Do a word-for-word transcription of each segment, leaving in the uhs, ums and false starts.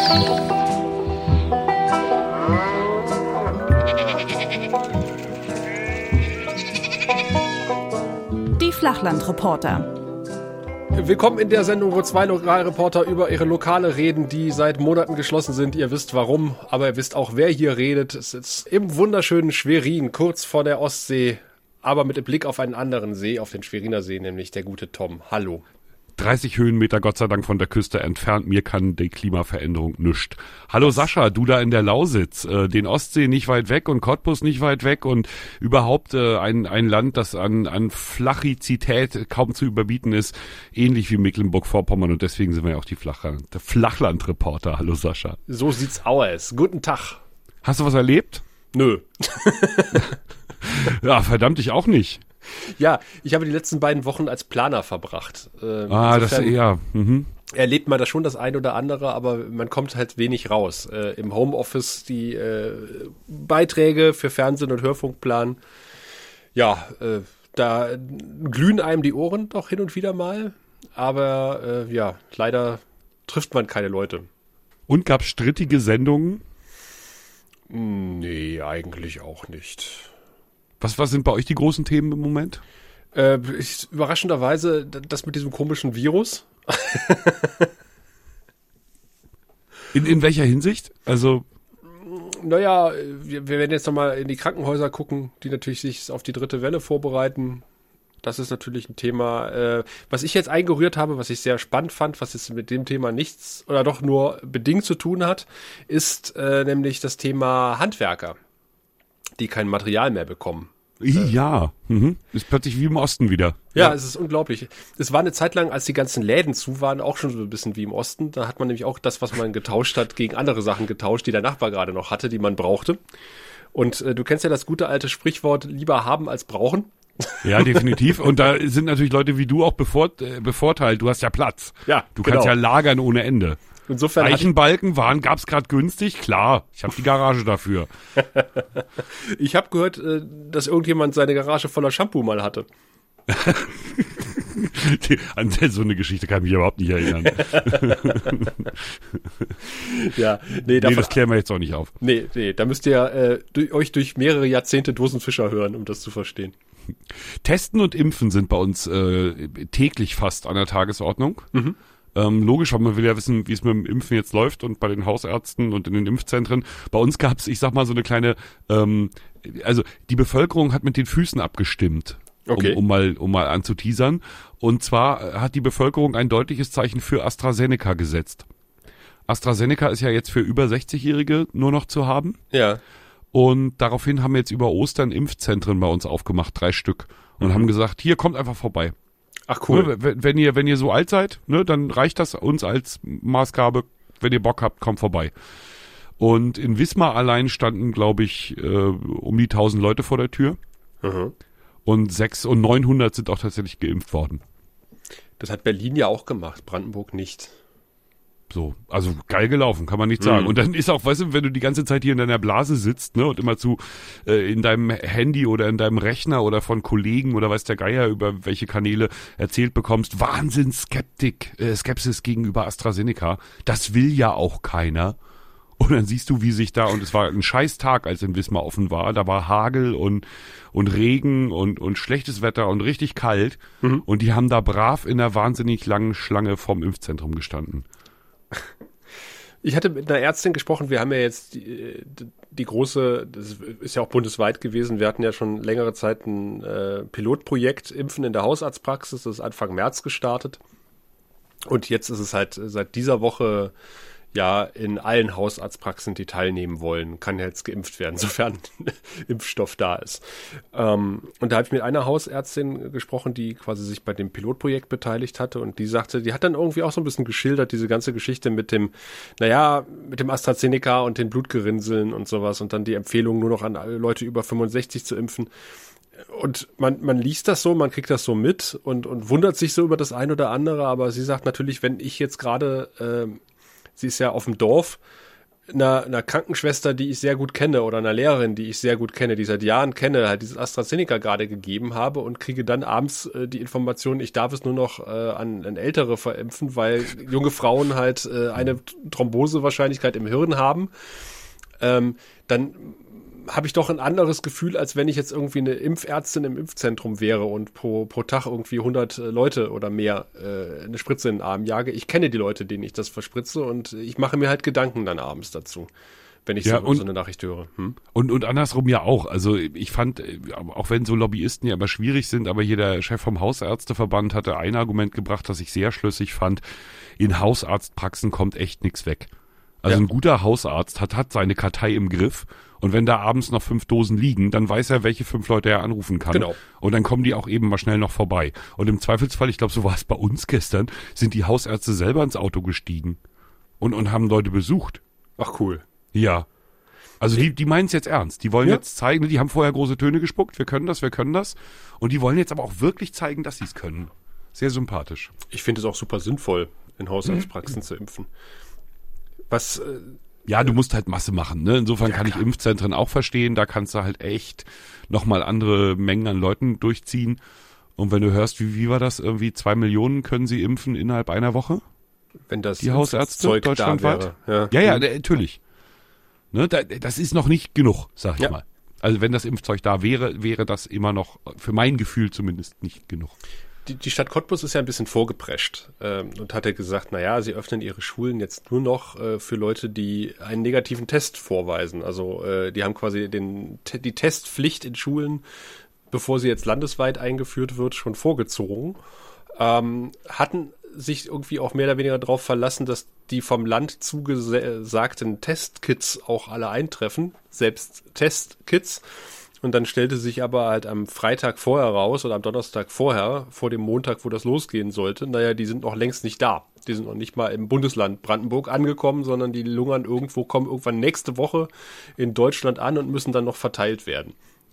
Die Flachlandreporter. Willkommen in der Sendung, wo zwei Lokalreporter über ihre Lokale reden, die seit Monaten geschlossen sind. Ihr wisst warum, aber ihr wisst auch, wer hier redet. Es ist im wunderschönen Schwerin, kurz vor der Ostsee, aber mit dem Blick auf einen anderen See, auf den Schweriner See, nämlich der gute Tom. Hallo. dreißig Höhenmeter Gott sei Dank von der Küste entfernt. Mir kann die Klimaveränderung nischt. Hallo Sascha, du da in der Lausitz. Äh, den Ostsee nicht weit weg und Cottbus nicht weit weg und überhaupt äh, ein, ein Land, das an, an Flachizität kaum zu überbieten ist, ähnlich wie Mecklenburg-Vorpommern, und deswegen sind wir ja auch die Flachland, der Flachlandreporter. Hallo Sascha. So sieht's aus. Guten Tag. Hast du was erlebt? Nö. Ja, verdammt, ich auch nicht. Ja, ich habe die letzten beiden Wochen als Planer verbracht. Äh, ah, das ja. Mhm. Erlebt man da schon das eine oder andere, aber man kommt halt wenig raus. Äh, Im Homeoffice die äh, Beiträge für Fernsehen und Hörfunk planen. Ja, äh, da glühen einem die Ohren doch hin und wieder mal. Aber äh, ja, leider trifft man keine Leute. Und gab es strittige Sendungen? Nee, eigentlich auch nicht. Was, was sind bei euch die großen Themen im Moment? Äh, ich, überraschenderweise das mit diesem komischen Virus. in, in welcher Hinsicht? Also, naja, wir, wir werden jetzt nochmal in die Krankenhäuser gucken, die natürlich sich auf die dritte Welle vorbereiten. Das ist natürlich ein Thema, äh, was ich jetzt eingerührt habe, was ich sehr spannend fand, was jetzt mit dem Thema nichts oder doch nur bedingt zu tun hat, ist äh, nämlich das Thema Handwerker, die kein Material mehr bekommen. Ja, mhm. Ist plötzlich wie im Osten wieder. Ja, ja, es ist unglaublich. Es war eine Zeit lang, als die ganzen Läden zu waren, auch schon so ein bisschen wie im Osten. Da hat man nämlich auch das, was man getauscht hat, gegen andere Sachen getauscht, die der Nachbar gerade noch hatte, die man brauchte. Und äh, du kennst ja das gute alte Sprichwort, lieber haben als brauchen. Ja, definitiv. Und da sind natürlich Leute wie du auch bevor, äh, bevorteilt. Du hast ja Platz. Ja, Du genau. kannst ja lagern ohne Ende. Insofern Eichenbalken waren, gab's gerade günstig? Klar, ich habe die Garage dafür. Ich habe gehört, dass irgendjemand seine Garage voller Shampoo mal hatte. An so eine Geschichte kann ich mich überhaupt nicht erinnern. Ja, nee, davon, nee, das klären wir jetzt auch nicht auf. Nee, nee, da müsst ihr äh, durch, euch durch mehrere Jahrzehnte Dosenfischer hören, um das zu verstehen. Testen und Impfen sind bei uns äh, täglich fast an der Tagesordnung. Mhm. Ähm, logisch, weil man will ja wissen, wie es mit dem Impfen jetzt läuft und bei den Hausärzten und in den Impfzentren. Bei uns gab es, ich sag mal, so eine kleine, ähm, also die Bevölkerung hat mit den Füßen abgestimmt, okay. um, um mal um mal anzuteasern. Und zwar hat die Bevölkerung ein deutliches Zeichen für AstraZeneca gesetzt. AstraZeneca ist ja jetzt für über sechzigjährige nur noch zu haben. Ja. Und daraufhin haben wir jetzt über Ostern Impfzentren bei uns aufgemacht, drei Stück. Und mhm. haben gesagt, hier, kommt einfach vorbei. Ach cool. Ne, wenn ihr, wenn ihr so alt seid, ne, dann reicht das uns als Maßgabe. Wenn ihr Bock habt, kommt vorbei. Und in Wismar allein standen, glaube ich, äh, um die tausend Leute vor der Tür. Mhm. Und sechs und neunhundert sind auch tatsächlich geimpft worden. Das hat Berlin ja auch gemacht, Brandenburg nicht. So, also geil gelaufen, kann man nicht sagen. Mhm. Und dann ist auch, weißt du, wenn du die ganze Zeit hier in deiner Blase sitzt, ne, und immer zu äh, in deinem Handy oder in deinem Rechner oder von Kollegen oder weiß der Geier über welche Kanäle erzählt bekommst, Wahnsinnsskeptik, äh, Skepsis gegenüber AstraZeneca, das will ja auch keiner. Und dann siehst du, wie sich da, und es war ein scheiß Tag, als in Wismar offen war, da war Hagel und und Regen und und schlechtes Wetter und richtig kalt. Mhm. Und die haben da brav in einer wahnsinnig langen Schlange vorm Impfzentrum gestanden. Ich hatte mit einer Ärztin gesprochen, wir haben ja jetzt die, die große, das ist ja auch bundesweit gewesen, wir hatten ja schon längere Zeit ein äh, Pilotprojekt Impfen in der Hausarztpraxis, das ist Anfang März gestartet. Und jetzt ist es halt seit dieser Woche ja in allen Hausarztpraxen, die teilnehmen wollen, kann jetzt geimpft werden, sofern Impfstoff da ist. Ähm, und da habe ich mit einer Hausärztin gesprochen, die quasi sich bei dem Pilotprojekt beteiligt hatte, und die sagte, die hat dann irgendwie auch so ein bisschen geschildert, diese ganze Geschichte mit dem, naja, mit dem AstraZeneca und den Blutgerinnseln und sowas, und dann die Empfehlung, nur noch an alle Leute über fünfundsechzig zu impfen. Und man, man liest das so, man kriegt das so mit und, und wundert sich so über das ein oder andere, aber sie sagt natürlich, wenn ich jetzt gerade, äh, sie ist ja auf dem Dorf, einer, einer Krankenschwester, die ich sehr gut kenne, oder einer Lehrerin, die ich sehr gut kenne, die ich seit Jahren kenne, halt dieses AstraZeneca gerade gegeben habe und kriege dann abends äh, die Information, ich darf es nur noch äh, an, an Ältere verimpfen, weil junge Frauen halt äh, eine Thrombosewahrscheinlichkeit im Hirn haben, ähm, dann habe ich doch ein anderes Gefühl, als wenn ich jetzt irgendwie eine Impfärztin im Impfzentrum wäre und pro, pro Tag irgendwie hundert Leute oder mehr äh, eine Spritze in den Arm jage. Ich kenne die Leute, denen ich das verspritze und ich mache mir halt Gedanken dann abends dazu, wenn ich Ja, so, und- so eine Nachricht höre. Hm? Und, und andersrum ja auch. Also ich fand, äh, auch wenn so Lobbyisten ja immer schwierig sind, aber hier der Chef vom Hausärzteverband hatte ein Argument gebracht, das ich sehr schlüssig fand. In Hausarztpraxen kommt echt nichts weg. Also Ja. ein guter Hausarzt hat, hat seine Kartei im Griff und wenn da abends noch fünf Dosen liegen, dann weiß er, welche fünf Leute er anrufen kann. Genau. Und dann kommen die auch eben mal schnell noch vorbei. Und im Zweifelsfall, ich glaube, so war es bei uns gestern, sind die Hausärzte selber ins Auto gestiegen und, und haben Leute besucht. Ach cool. Ja. Also die, die meinen es jetzt ernst. Die wollen Ja. jetzt zeigen, die haben vorher große Töne gespuckt, wir können das, wir können das. Und die wollen jetzt aber auch wirklich zeigen, dass sie es können. Sehr sympathisch. Ich finde es auch super sinnvoll, in Hausarztpraxen zu impfen. Was, äh, Ja, du musst halt Masse machen, ne? Insofern Ja, kann ich klar. Impfzentren auch verstehen. Da kannst du halt echt nochmal andere Mengen an Leuten durchziehen. Und wenn du hörst, wie, wie war das? Irgendwie zwei Millionen können sie impfen innerhalb einer Woche? wenn das Die Hausärzte Zeug da deutschlandweit? wäre. Ja, ja, natürlich. Ne, da, das ist noch nicht genug, sag ich Ja. mal. Also wenn das Impfzeug da wäre, wäre das immer noch, für mein Gefühl zumindest, nicht genug. Die, die Stadt Cottbus ist ja ein bisschen vorgeprescht ähm, und hat ja gesagt, naja, sie öffnen ihre Schulen jetzt nur noch äh, für Leute, die einen negativen Test vorweisen. Also äh, die haben quasi den, te- die Testpflicht in Schulen, bevor sie jetzt landesweit eingeführt wird, schon vorgezogen. Ähm, hatten sich irgendwie auch mehr oder weniger darauf verlassen, dass die vom Land zugesagten Testkits auch alle eintreffen, selbst Testkits. Und dann stellte sich aber halt am Freitag vorher raus oder am Donnerstag vorher, vor dem Montag, wo das losgehen sollte, naja, die sind noch längst nicht da. Die sind noch nicht mal im Bundesland Brandenburg angekommen, sondern die lungern irgendwo, kommen irgendwann nächste Woche in Deutschland an und müssen dann noch verteilt werden.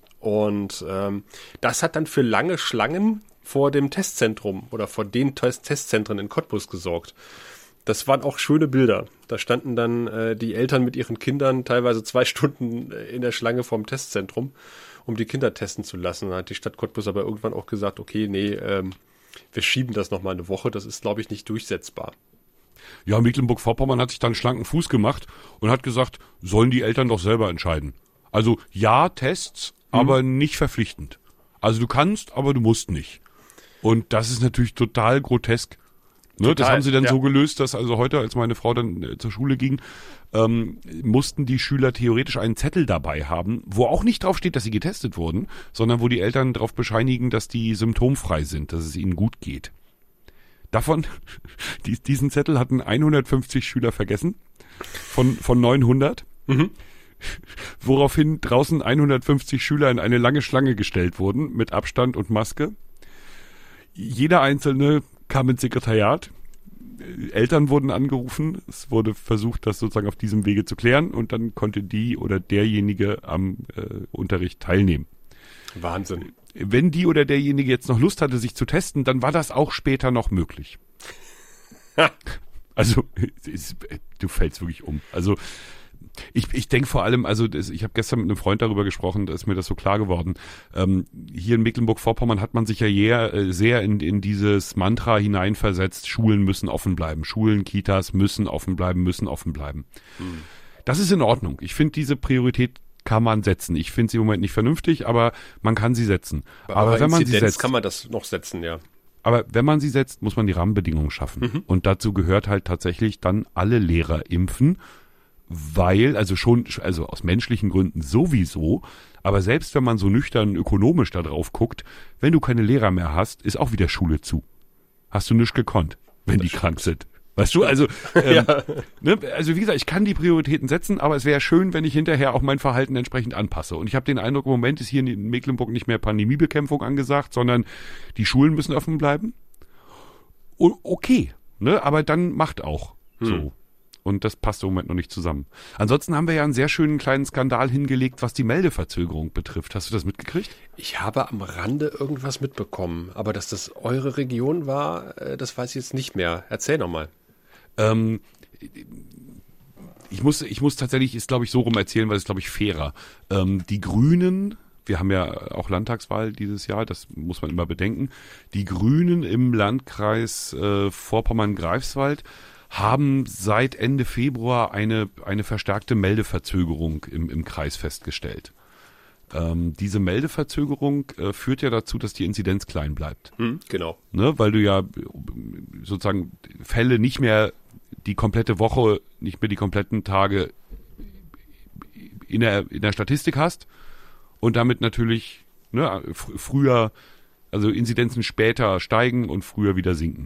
Und ähm, das hat dann für lange Schlangen vor dem Testzentrum oder vor den Test- Testzentren in Cottbus gesorgt. Das waren auch schöne Bilder. Da standen dann äh, die Eltern mit ihren Kindern teilweise zwei Stunden äh, in der Schlange vorm Testzentrum, um die Kinder testen zu lassen. Da hat die Stadt Cottbus aber irgendwann auch gesagt, okay, nee, ähm, wir schieben das nochmal eine Woche. Das ist, glaube ich, nicht durchsetzbar. Ja, Mecklenburg-Vorpommern hat sich dann einen schlanken Fuß gemacht und hat gesagt, sollen die Eltern doch selber entscheiden. Also ja, Tests, aber nicht verpflichtend. Also du kannst, aber du musst nicht. Und das ist natürlich total grotesk. Ne, das Total, haben sie dann ja. so gelöst, dass also heute, als meine Frau dann äh, zur Schule ging, ähm, mussten die Schüler theoretisch einen Zettel dabei haben, wo auch nicht drauf steht, dass sie getestet wurden, sondern wo die Eltern darauf bescheinigen, dass die symptomfrei sind, dass es ihnen gut geht. Davon, die, diesen Zettel hatten hundertfünfzig Schüler vergessen, von, von neunhundert, Mhm. woraufhin draußen hundertfünfzig Schüler in eine lange Schlange gestellt wurden, mit Abstand und Maske. Jeder Einzelne kam ins Sekretariat, Eltern wurden angerufen, es wurde versucht, das sozusagen auf diesem Wege zu klären und dann konnte die oder derjenige am äh, Unterricht teilnehmen. Wahnsinn. Wenn die oder derjenige jetzt noch Lust hatte, sich zu testen, dann war das auch später noch möglich. Also, es, du fällst wirklich um. Also, ich, ich denke vor allem, also das, ich habe gestern mit einem Freund darüber gesprochen, da ist mir das so klar geworden. Ähm, hier in Mecklenburg-Vorpommern hat man sich ja sehr, äh, sehr in, in dieses Mantra hineinversetzt, Schulen müssen offen bleiben, Schulen, Kitas müssen offen bleiben, müssen offen bleiben. Hm. Das ist in Ordnung. Ich finde, diese Priorität kann man setzen. Ich finde sie im Moment nicht vernünftig, aber man kann sie setzen. Aber, Aber, wenn man sie Inzidenz setzt, kann man das noch setzen, ja. aber wenn man sie setzt, muss man die Rahmenbedingungen schaffen. Mhm. Und dazu gehört halt tatsächlich dann alle Lehrer impfen, weil, also schon, also aus menschlichen Gründen sowieso, aber selbst wenn man so nüchtern ökonomisch da drauf guckt, wenn du keine Lehrer mehr hast, ist auch wieder Schule zu. Hast du nichts gekonnt, wenn die krank sind. Weißt du, also, ähm, Ja. ne, also wie gesagt, ich kann die Prioritäten setzen, aber es wäre schön, wenn ich hinterher auch mein Verhalten entsprechend anpasse. Und ich habe den Eindruck, im Moment ist hier in Mecklenburg nicht mehr Pandemiebekämpfung angesagt, sondern die Schulen müssen offen bleiben. O- okay, ne, aber dann macht auch so. Hm. Und das passt im Moment noch nicht zusammen. Ansonsten haben wir ja einen sehr schönen kleinen Skandal hingelegt, was die Meldeverzögerung betrifft. Hast du das mitgekriegt? Ich habe am Rande irgendwas mitbekommen, aber dass das eure Region war, äh, das weiß ich jetzt nicht mehr. Erzähl noch mal. Ähm, ich muss, ich muss tatsächlich, ist glaube ich so rum erzählen, weil es glaube ich fairer. Ähm, die Grünen, wir haben ja auch Landtagswahl dieses Jahr, das muss man immer bedenken. Die Grünen im Landkreis äh, Vorpommern-Greifswald haben seit Ende Februar eine, eine verstärkte Meldeverzögerung im, im Kreis festgestellt. Ähm, diese Meldeverzögerung äh, führt ja dazu, dass die Inzidenz klein bleibt. Hm, genau. Ne, weil du ja sozusagen Fälle nicht mehr die komplette Woche, nicht mehr die kompletten Tage in der, in der Statistik hast und damit natürlich ne, fr- früher, also Inzidenzen später steigen und früher wieder sinken.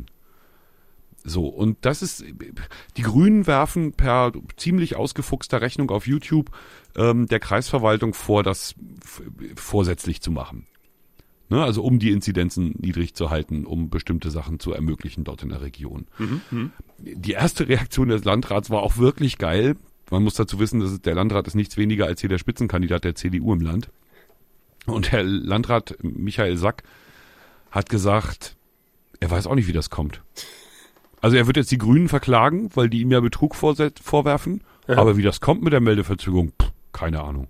So, und das ist, die Grünen werfen per ziemlich ausgefuchster Rechnung auf YouTube ähm, der Kreisverwaltung vor, das f- vorsätzlich zu machen. Ne, also um die Inzidenzen niedrig zu halten, um bestimmte Sachen zu ermöglichen dort in der Region. Mhm, mh. Die erste Reaktion des Landrats war auch wirklich geil. Man muss dazu wissen, dass der Landrat ist nichts weniger als hier der Spitzenkandidat der C D U im Land. Und der Landrat Michael Sack hat gesagt, er weiß auch nicht, wie das kommt. Also er wird jetzt die Grünen verklagen, weil die ihm ja Betrug vorset- vorwerfen. Ja. Aber wie das kommt mit der Meldeverzögerung, pff, keine Ahnung.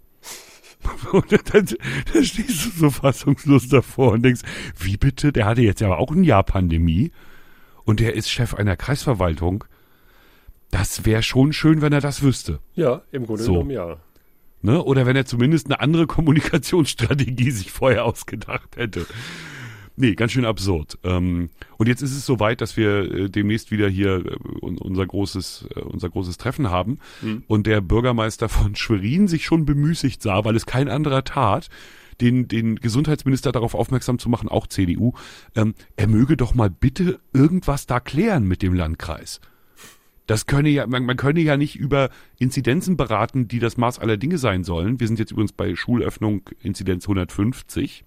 Und dann, dann stehst du so fassungslos davor und denkst, wie bitte, der hatte jetzt ja auch ein Jahr Pandemie und der ist Chef einer Kreisverwaltung. Das wäre schon schön, wenn er das wüsste. Ja, im Grunde So. genommen ja. Ne? Oder wenn er zumindest eine andere Kommunikationsstrategie sich vorher ausgedacht hätte. Nee, ganz schön absurd. Ähm, und jetzt ist es soweit, dass wir äh, demnächst wieder hier äh, un- unser großes äh, unser großes Treffen haben Mhm. und der Bürgermeister von Schwerin sich schon bemüßigt sah, weil es kein anderer tat, den den Gesundheitsminister darauf aufmerksam zu machen, auch C D U, ähm, er möge doch mal bitte irgendwas da klären mit dem Landkreis. Das könne ja, man, man könne ja nicht über Inzidenzen beraten, die das Maß aller Dinge sein sollen. Wir sind jetzt übrigens bei Schulöffnung Inzidenz hundertfünfzig.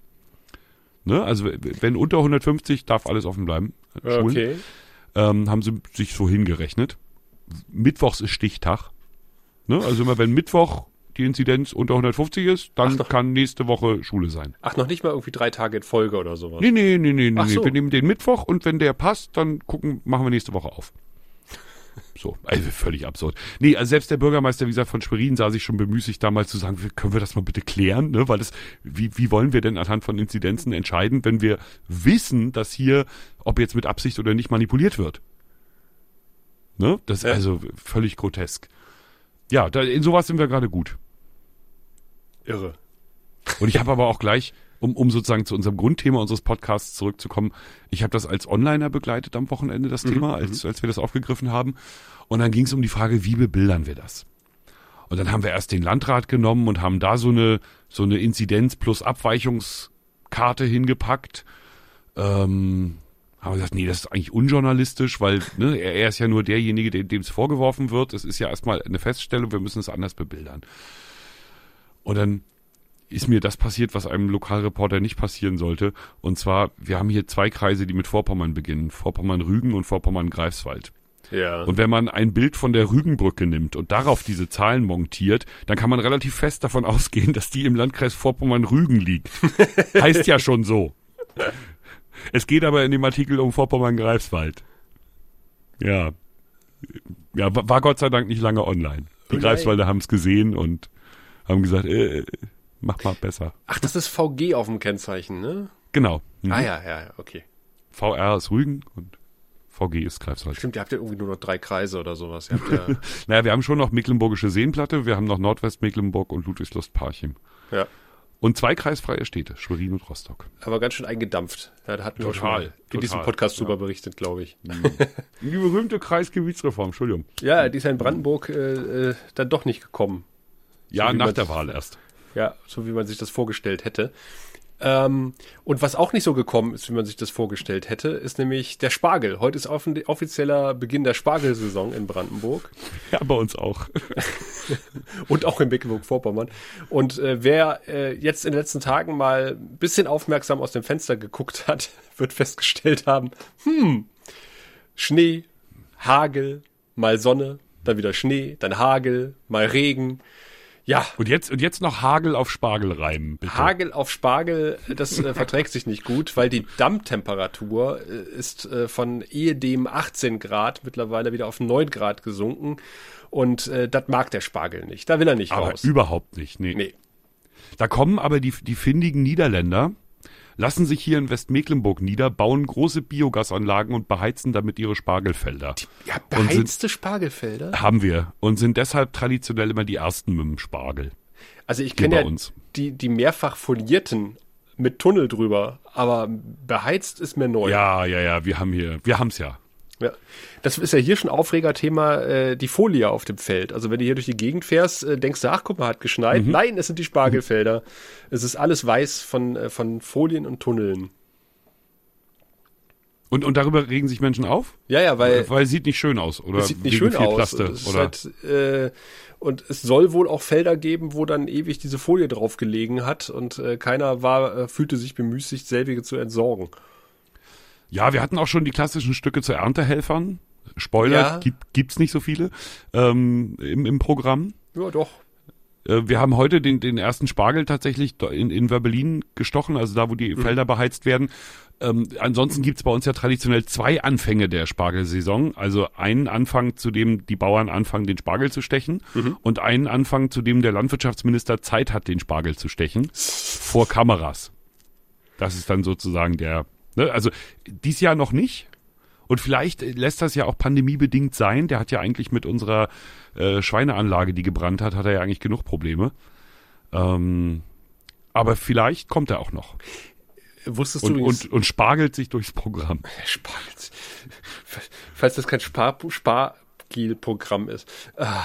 Ne? Also wenn unter hundertfünfzig darf alles offen bleiben. Schulen. Okay. Ähm, haben sie sich so hingerechnet. Mittwochs ist Stichtag. Ne? Also immer wenn Mittwoch die Inzidenz unter hundertfünfzig ist, dann Ach doch. kann nächste Woche Schule sein. Ach, noch nicht mal irgendwie drei Tage in Folge oder sowas. Nee, nee, nee, nee, nee. Ach so. Wir nehmen den Mittwoch und wenn der passt, dann gucken, machen wir nächste Woche auf. So, also völlig absurd. Nee, also selbst der Bürgermeister, wie gesagt, von Schwerin sah sich schon bemüßigt, damals zu sagen, können wir das mal bitte klären, ne? Weil das, wie, wie wollen wir denn anhand von Inzidenzen entscheiden, wenn wir wissen, dass hier, ob jetzt mit Absicht oder nicht, manipuliert wird? Ne? Das ist Ja. also völlig grotesk. Ja, da, in sowas sind wir gerade gut. Irre. Und ich habe aber auch gleich, um, um sozusagen zu unserem Grundthema unseres Podcasts zurückzukommen, ich habe das als Onliner begleitet am Wochenende, das Mhm, Thema, als, als wir das aufgegriffen haben. Und dann ging es um die Frage, wie bebildern wir das? Und dann haben wir erst den Landrat genommen und haben da so eine, so eine Inzidenz plus Abweichungskarte hingepackt. Ähm, haben wir gesagt, nee, das ist eigentlich unjournalistisch, weil ne, er, er ist ja nur derjenige, dem es vorgeworfen wird. Es ist ja erstmal eine Feststellung, wir müssen es anders bebildern. Und dann ist mir das passiert, was einem Lokalreporter nicht passieren sollte. Und zwar, wir haben hier zwei Kreise, die mit Vorpommern beginnen. Vorpommern-Rügen und Vorpommern-Greifswald. Ja. Und wenn man ein Bild von der Rügenbrücke nimmt und darauf diese Zahlen montiert, dann kann man relativ fest davon ausgehen, dass die im Landkreis Vorpommern-Rügen liegt. Heißt ja schon so. Es geht aber in dem Artikel um Vorpommern-Greifswald. Ja. Ja, war war Gott sei Dank nicht lange online. Die Oh nein. Greifswalder haben es gesehen und haben gesagt, äh, mach mal besser. Ach, das ist V G auf dem Kennzeichen, ne? Genau. Mhm. Ah ja, ja, ja, okay. V R ist Rügen und V G ist Greifswald. Stimmt, ihr habt ja irgendwie nur noch drei Kreise oder sowas. Ihr habt ja, Naja, wir haben schon noch Mecklenburgische Seenplatte, wir haben noch Nordwestmecklenburg und Ludwigslust-Parchim. ja. Und zwei kreisfreie Städte, Schwerin und Rostock. Aber ganz schön eingedampft. Ja, da hatten wir auch schon Total, mal in diesem total, Podcast ja. drüber berichtet, glaube ich. Die berühmte Kreisgebietsreform, Entschuldigung. Ja, die ist ja in Brandenburg äh, äh, dann doch nicht gekommen. Ja, wie nach man- der Wahl erst. Ja, so wie man sich das vorgestellt hätte. Ähm, und was auch nicht so gekommen ist, wie man sich das vorgestellt hätte, ist nämlich der Spargel. Heute ist offen, offizieller Beginn der Spargelsaison in Brandenburg Ja, bei uns auch. und auch in Mecklenburg-Vorpommern. Und äh, wer äh, jetzt in den letzten Tagen mal ein bisschen aufmerksam aus dem Fenster geguckt hat, wird festgestellt haben, hm, Schnee, Hagel, mal Sonne, dann wieder Schnee, dann Hagel, mal Regen. Ja. Und jetzt, und jetzt noch Hagel auf Spargel reimen, bitte. Hagel auf Spargel, das äh, verträgt sich nicht gut, weil die Dampftemperatur äh, ist äh, von ehedem achtzehn Grad mittlerweile wieder auf neun Grad gesunken. Und äh, das mag der Spargel nicht. Da will er nicht aber raus. Überhaupt nicht, nee. Nee. Da kommen aber die, die findigen Niederländer, lassen sich hier in Westmecklenburg nieder, bauen große Biogasanlagen und beheizen damit ihre Spargelfelder. Ja, Und beheizte sind, Spargelfelder? haben wir. Und sind deshalb traditionell immer die Ersten mit dem Spargel. Also ich Hier kenne bei ja uns. die, die mehrfach folierten mit Tunnel drüber, aber beheizt ist mir neu. Ja, ja, ja, wir haben hier, wir haben's ja. Ja. Das ist ja hier schon Aufregerthema, äh, die Folie auf dem Feld. Also wenn du hier durch die Gegend fährst, äh, denkst du, ach guck mal, hat geschneit. Mhm. Nein, es sind die Spargelfelder. Es ist alles weiß von, äh, von Folien und Tunneln. Und, und darüber regen sich Menschen auf? Ja, ja, weil Weil es sieht nicht schön aus, oder? es sieht nicht wegen schön viel aus. Plaste, Es ist oder? halt, äh, und es soll wohl auch Felder geben, wo dann ewig diese Folie drauf gelegen hat und äh, keiner war, äh, fühlte sich bemüßigt, selbige zu entsorgen. Ja, wir hatten auch schon die klassischen Stücke zu Erntehelfern. Spoiler, Ja. gibt, gibt's nicht so viele ähm, im, im Programm. Ja, doch. Äh, wir haben heute den, den ersten Spargel tatsächlich in, in Wörbelin gestochen, also da, wo die Mhm. Felder beheizt werden. Ähm, ansonsten gibt's bei uns ja traditionell zwei Anfänge der Spargelsaison. Also einen Anfang, zu dem die Bauern anfangen, den Spargel zu stechen, Mhm. und einen Anfang, zu dem der Landwirtschaftsminister Zeit hat, den Spargel zu stechen, vor Kameras. Das ist dann sozusagen der, ne? Also dies Jahr noch nicht. Und vielleicht lässt das ja auch pandemiebedingt sein. Der hat ja eigentlich mit unserer äh, Schweineanlage, die gebrannt hat, hat er ja eigentlich genug Probleme. Ähm, aber vielleicht kommt er auch noch. Wusstest Und, du übrigens, und, und spargelt sich durchs Programm. Spargel, falls das kein Spar Spargel-Programm ist. Ah,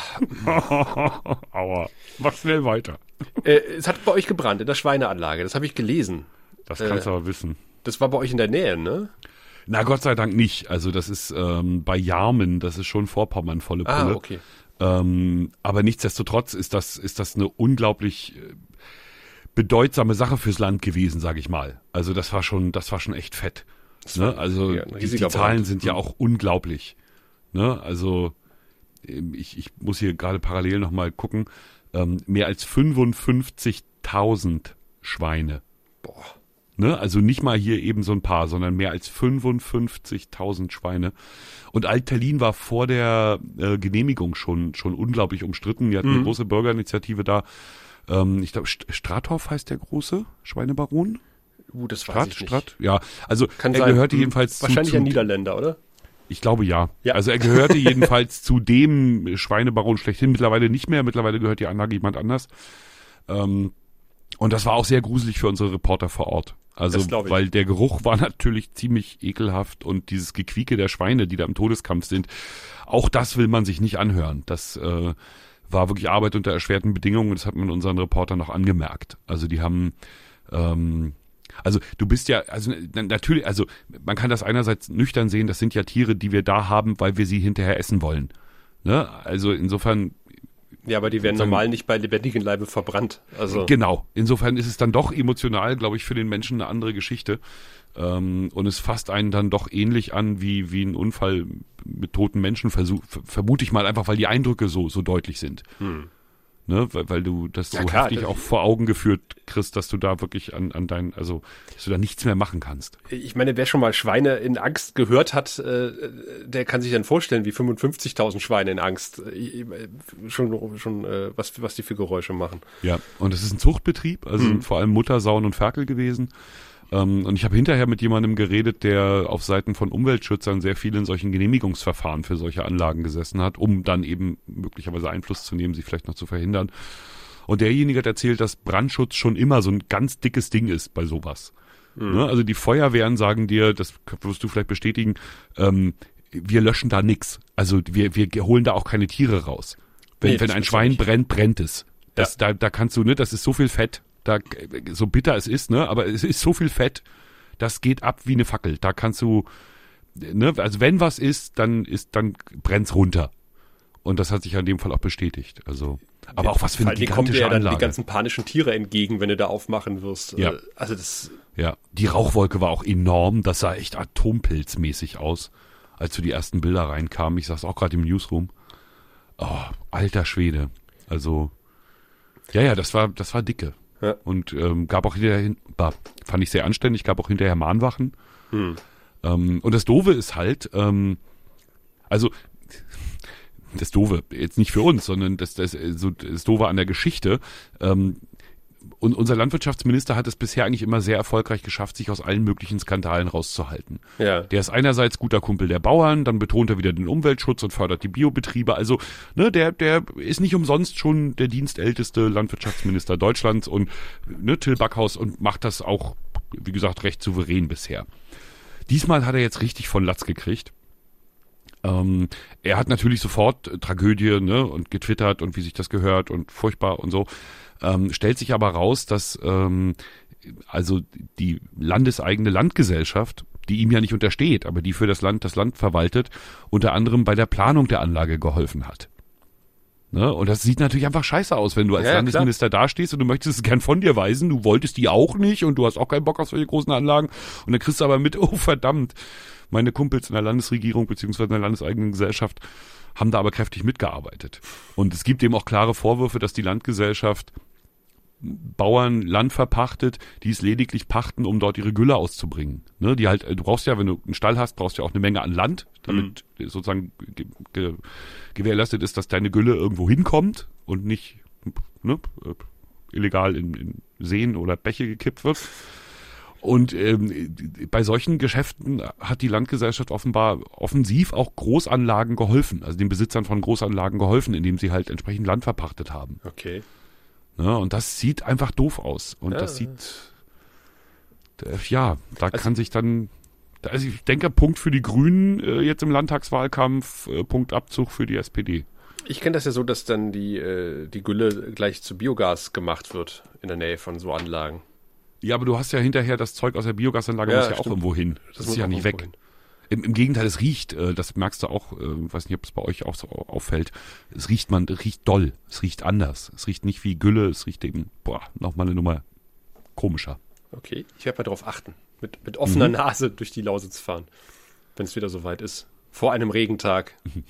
Aua. Mach schnell weiter. äh, es hat bei euch gebrannt in der Schweineanlage, das habe ich gelesen. Das kannst du aber wissen. Das war bei euch in der Nähe, ne? Na, Gott sei Dank nicht. Also das ist ähm, bei Jarmen, das ist schon Vorpommern, volle Pulle. Ah, okay. Ähm, aber nichtsdestotrotz ist das, ist das eine unglaublich äh, bedeutsame Sache fürs Land gewesen, sage ich mal. Also das war schon, das war schon echt fett. Ne? war, Also ja, ein die, die riesiger Zahlen Brand. sind ja auch unglaublich. Ne? Also ähm, ich, ich muss hier gerade parallel nochmal gucken. Ähm, mehr als fünfundfünfzigtausend Schweine. Boah. Ne? Also nicht mal hier eben so ein paar, sondern mehr als fünfundfünfzigtausend Schweine. Und Alt-Tallinn war vor der äh, Genehmigung schon schon unglaublich umstritten. Wir hatten Mhm. eine große Bürgerinitiative da. Ähm, ich glaube, St- Strathoff heißt der große Schweinebaron. Uh, das weiß Strat, ich nicht. Strat? Ja, also Kann er sein. gehörte Hm. jedenfalls Wahrscheinlich zu, ein zu Niederländer, oder? ich glaube ja. Ja. Also er gehörte jedenfalls zu dem Schweinebaron schlechthin. Mittlerweile nicht mehr. Mittlerweile gehört die Anlage jemand anders. Ähm, und das war auch sehr gruselig für unsere Reporter vor Ort. Also, Das glaub ich. weil der Geruch war natürlich ziemlich ekelhaft und dieses Gequieke der Schweine, die da im Todeskampf sind, auch das will man sich nicht anhören. Das äh, war wirklich Arbeit unter erschwerten Bedingungen und das hat man unseren Reportern noch angemerkt. Also die haben, ähm, also du bist ja, also na- natürlich, also man kann das einerseits nüchtern sehen, das sind ja Tiere, die wir da haben, weil wir sie hinterher essen wollen. Ne? Also insofern Ja, aber die werden Sozusagen- normal nicht bei lebendigem Leibe verbrannt. Also Genau. Insofern ist es dann doch emotional, glaube ich, für den Menschen eine andere Geschichte. Ähm, und es fasst einen dann doch ähnlich an wie, wie ein Unfall mit toten Menschen, versuch, ver- vermute ich mal, einfach weil die Eindrücke so, so deutlich sind. Hm. Ne? Weil, weil du das Ja, so klar, heftig das- auch vor Augen geführt kriegst, dass du da wirklich an, an dein, also, dass du da nichts mehr machen kannst. ich meine, wer schon mal Schweine in Angst gehört hat, äh, der kann sich dann vorstellen, wie fünfundfünfzigtausend Schweine in Angst äh, schon, schon äh, was, was die für Geräusche machen. Ja, und es ist ein Zuchtbetrieb, also Mhm. sind vor allem Muttersauen und Ferkel gewesen. Ähm, und ich habe hinterher mit jemandem geredet, der auf Seiten von Umweltschützern sehr viel in solchen Genehmigungsverfahren für solche Anlagen gesessen hat, um dann eben möglicherweise Einfluss zu nehmen, sie vielleicht noch zu verhindern. Und derjenige hat erzählt, dass Brandschutz schon immer so ein ganz dickes Ding ist bei sowas. Ne? Also die Feuerwehren sagen dir, das wirst du vielleicht bestätigen, ähm, wir löschen da nix. Also wir, wir holen da auch keine Tiere raus. Wenn, Nee, wenn das ein ist Schwein nicht. brennt, brennt es. Das, da, da kannst du, ne, das ist so viel Fett, da, so bitter es ist, ne, aber es ist so viel Fett, das geht ab wie eine Fackel. Da kannst du, ne, also wenn was ist, dann ist, dann brennt's runter. Und das hat sich in dem Fall auch bestätigt. Also, aber auch was für Vor eine allem kommen dir gigantische ja dann Anlage. die ganzen panischen Tiere entgegen, wenn du da aufmachen wirst. Ja. Äh, Also das, Ja, die Rauchwolke war auch enorm. Das sah echt atompilzmäßig aus, als so die ersten Bilder reinkamen. Ich sag's auch gerade im Newsroom. Oh, alter Schwede. Also, Ja, ja, das war, das war dicke. Ja. Und ähm, gab auch hinterher, bah, fand ich sehr anständig, gab auch hinterher Mahnwachen. Hm. Ähm, und das Doofe ist halt, ähm, also das Doofe, jetzt nicht für uns, sondern das, das, so, das Doofe an der Geschichte. Ähm, und unser Landwirtschaftsminister hat es bisher eigentlich immer sehr erfolgreich geschafft, sich aus allen möglichen Skandalen rauszuhalten. Ja. Der ist einerseits guter Kumpel der Bauern, dann betont er wieder den Umweltschutz und fördert die Biobetriebe. Also, ne, der, der ist nicht umsonst schon der dienstälteste Landwirtschaftsminister Deutschlands und ne, Till Backhaus und macht das auch, wie gesagt, recht souverän bisher. Diesmal hat er jetzt richtig von Latz gekriegt. Ähm, er hat natürlich sofort äh, Tragödie, ne, und getwittert und wie sich das gehört und furchtbar und so. Ähm, stellt sich aber raus, dass ähm, also die landeseigene Landgesellschaft, die ihm ja nicht untersteht, aber die für das Land das Land verwaltet, unter anderem bei der Planung der Anlage geholfen hat. Ne? Und das sieht natürlich einfach scheiße aus, wenn du als Ja, Landesminister dastehst und du möchtest es gern von dir weisen, du wolltest die auch nicht und du hast auch keinen Bock auf solche großen Anlagen und dann kriegst du aber mit, oh verdammt, meine Kumpels in der Landesregierung beziehungsweise in der landeseigenen Gesellschaft haben da aber kräftig mitgearbeitet. Und es gibt eben auch klare Vorwürfe, dass die Landgesellschaft Bauern Land verpachtet, die es lediglich pachten, um dort ihre Gülle auszubringen. Ne, die halt, du brauchst ja, wenn du einen Stall hast, brauchst du ja auch eine Menge an Land, damit mhm. sozusagen ge- ge- gewährleistet ist, dass deine Gülle irgendwo hinkommt und nicht ne, illegal in, in Seen oder Bäche gekippt wird. Und ähm, bei solchen Geschäften hat die Landgesellschaft offenbar offensiv auch Großanlagen geholfen, also den Besitzern von Großanlagen geholfen, indem sie halt entsprechend Land verpachtet haben. Okay. Ja, und das sieht einfach doof aus. Und ja. das sieht, äh, ja, da also, kann sich dann, also ich denke, Punkt für die Grünen äh, jetzt im Landtagswahlkampf, äh, Punkt Abzug für die S P D. Ich kenne das ja so, dass dann die, äh, die Gülle gleich zu Biogas gemacht wird in der Nähe von so Anlagen. Ja, aber du hast ja hinterher das Zeug aus der Biogasanlage, ja, muss ja stimmt. auch irgendwo hin. Das, das ist ja nicht weg. Im, Im Gegenteil, es riecht, äh, das merkst du auch, äh, weiß nicht, ob es bei euch auch so auffällt, es riecht man, es riecht doll, es riecht anders. Es riecht nicht wie Gülle, es riecht eben, boah, nochmal eine Nummer komischer. Okay, ich werde mal drauf achten, mit, mit offener mhm. Nase durch die Lausitz fahren, wenn es wieder soweit ist. Vor einem Regentag.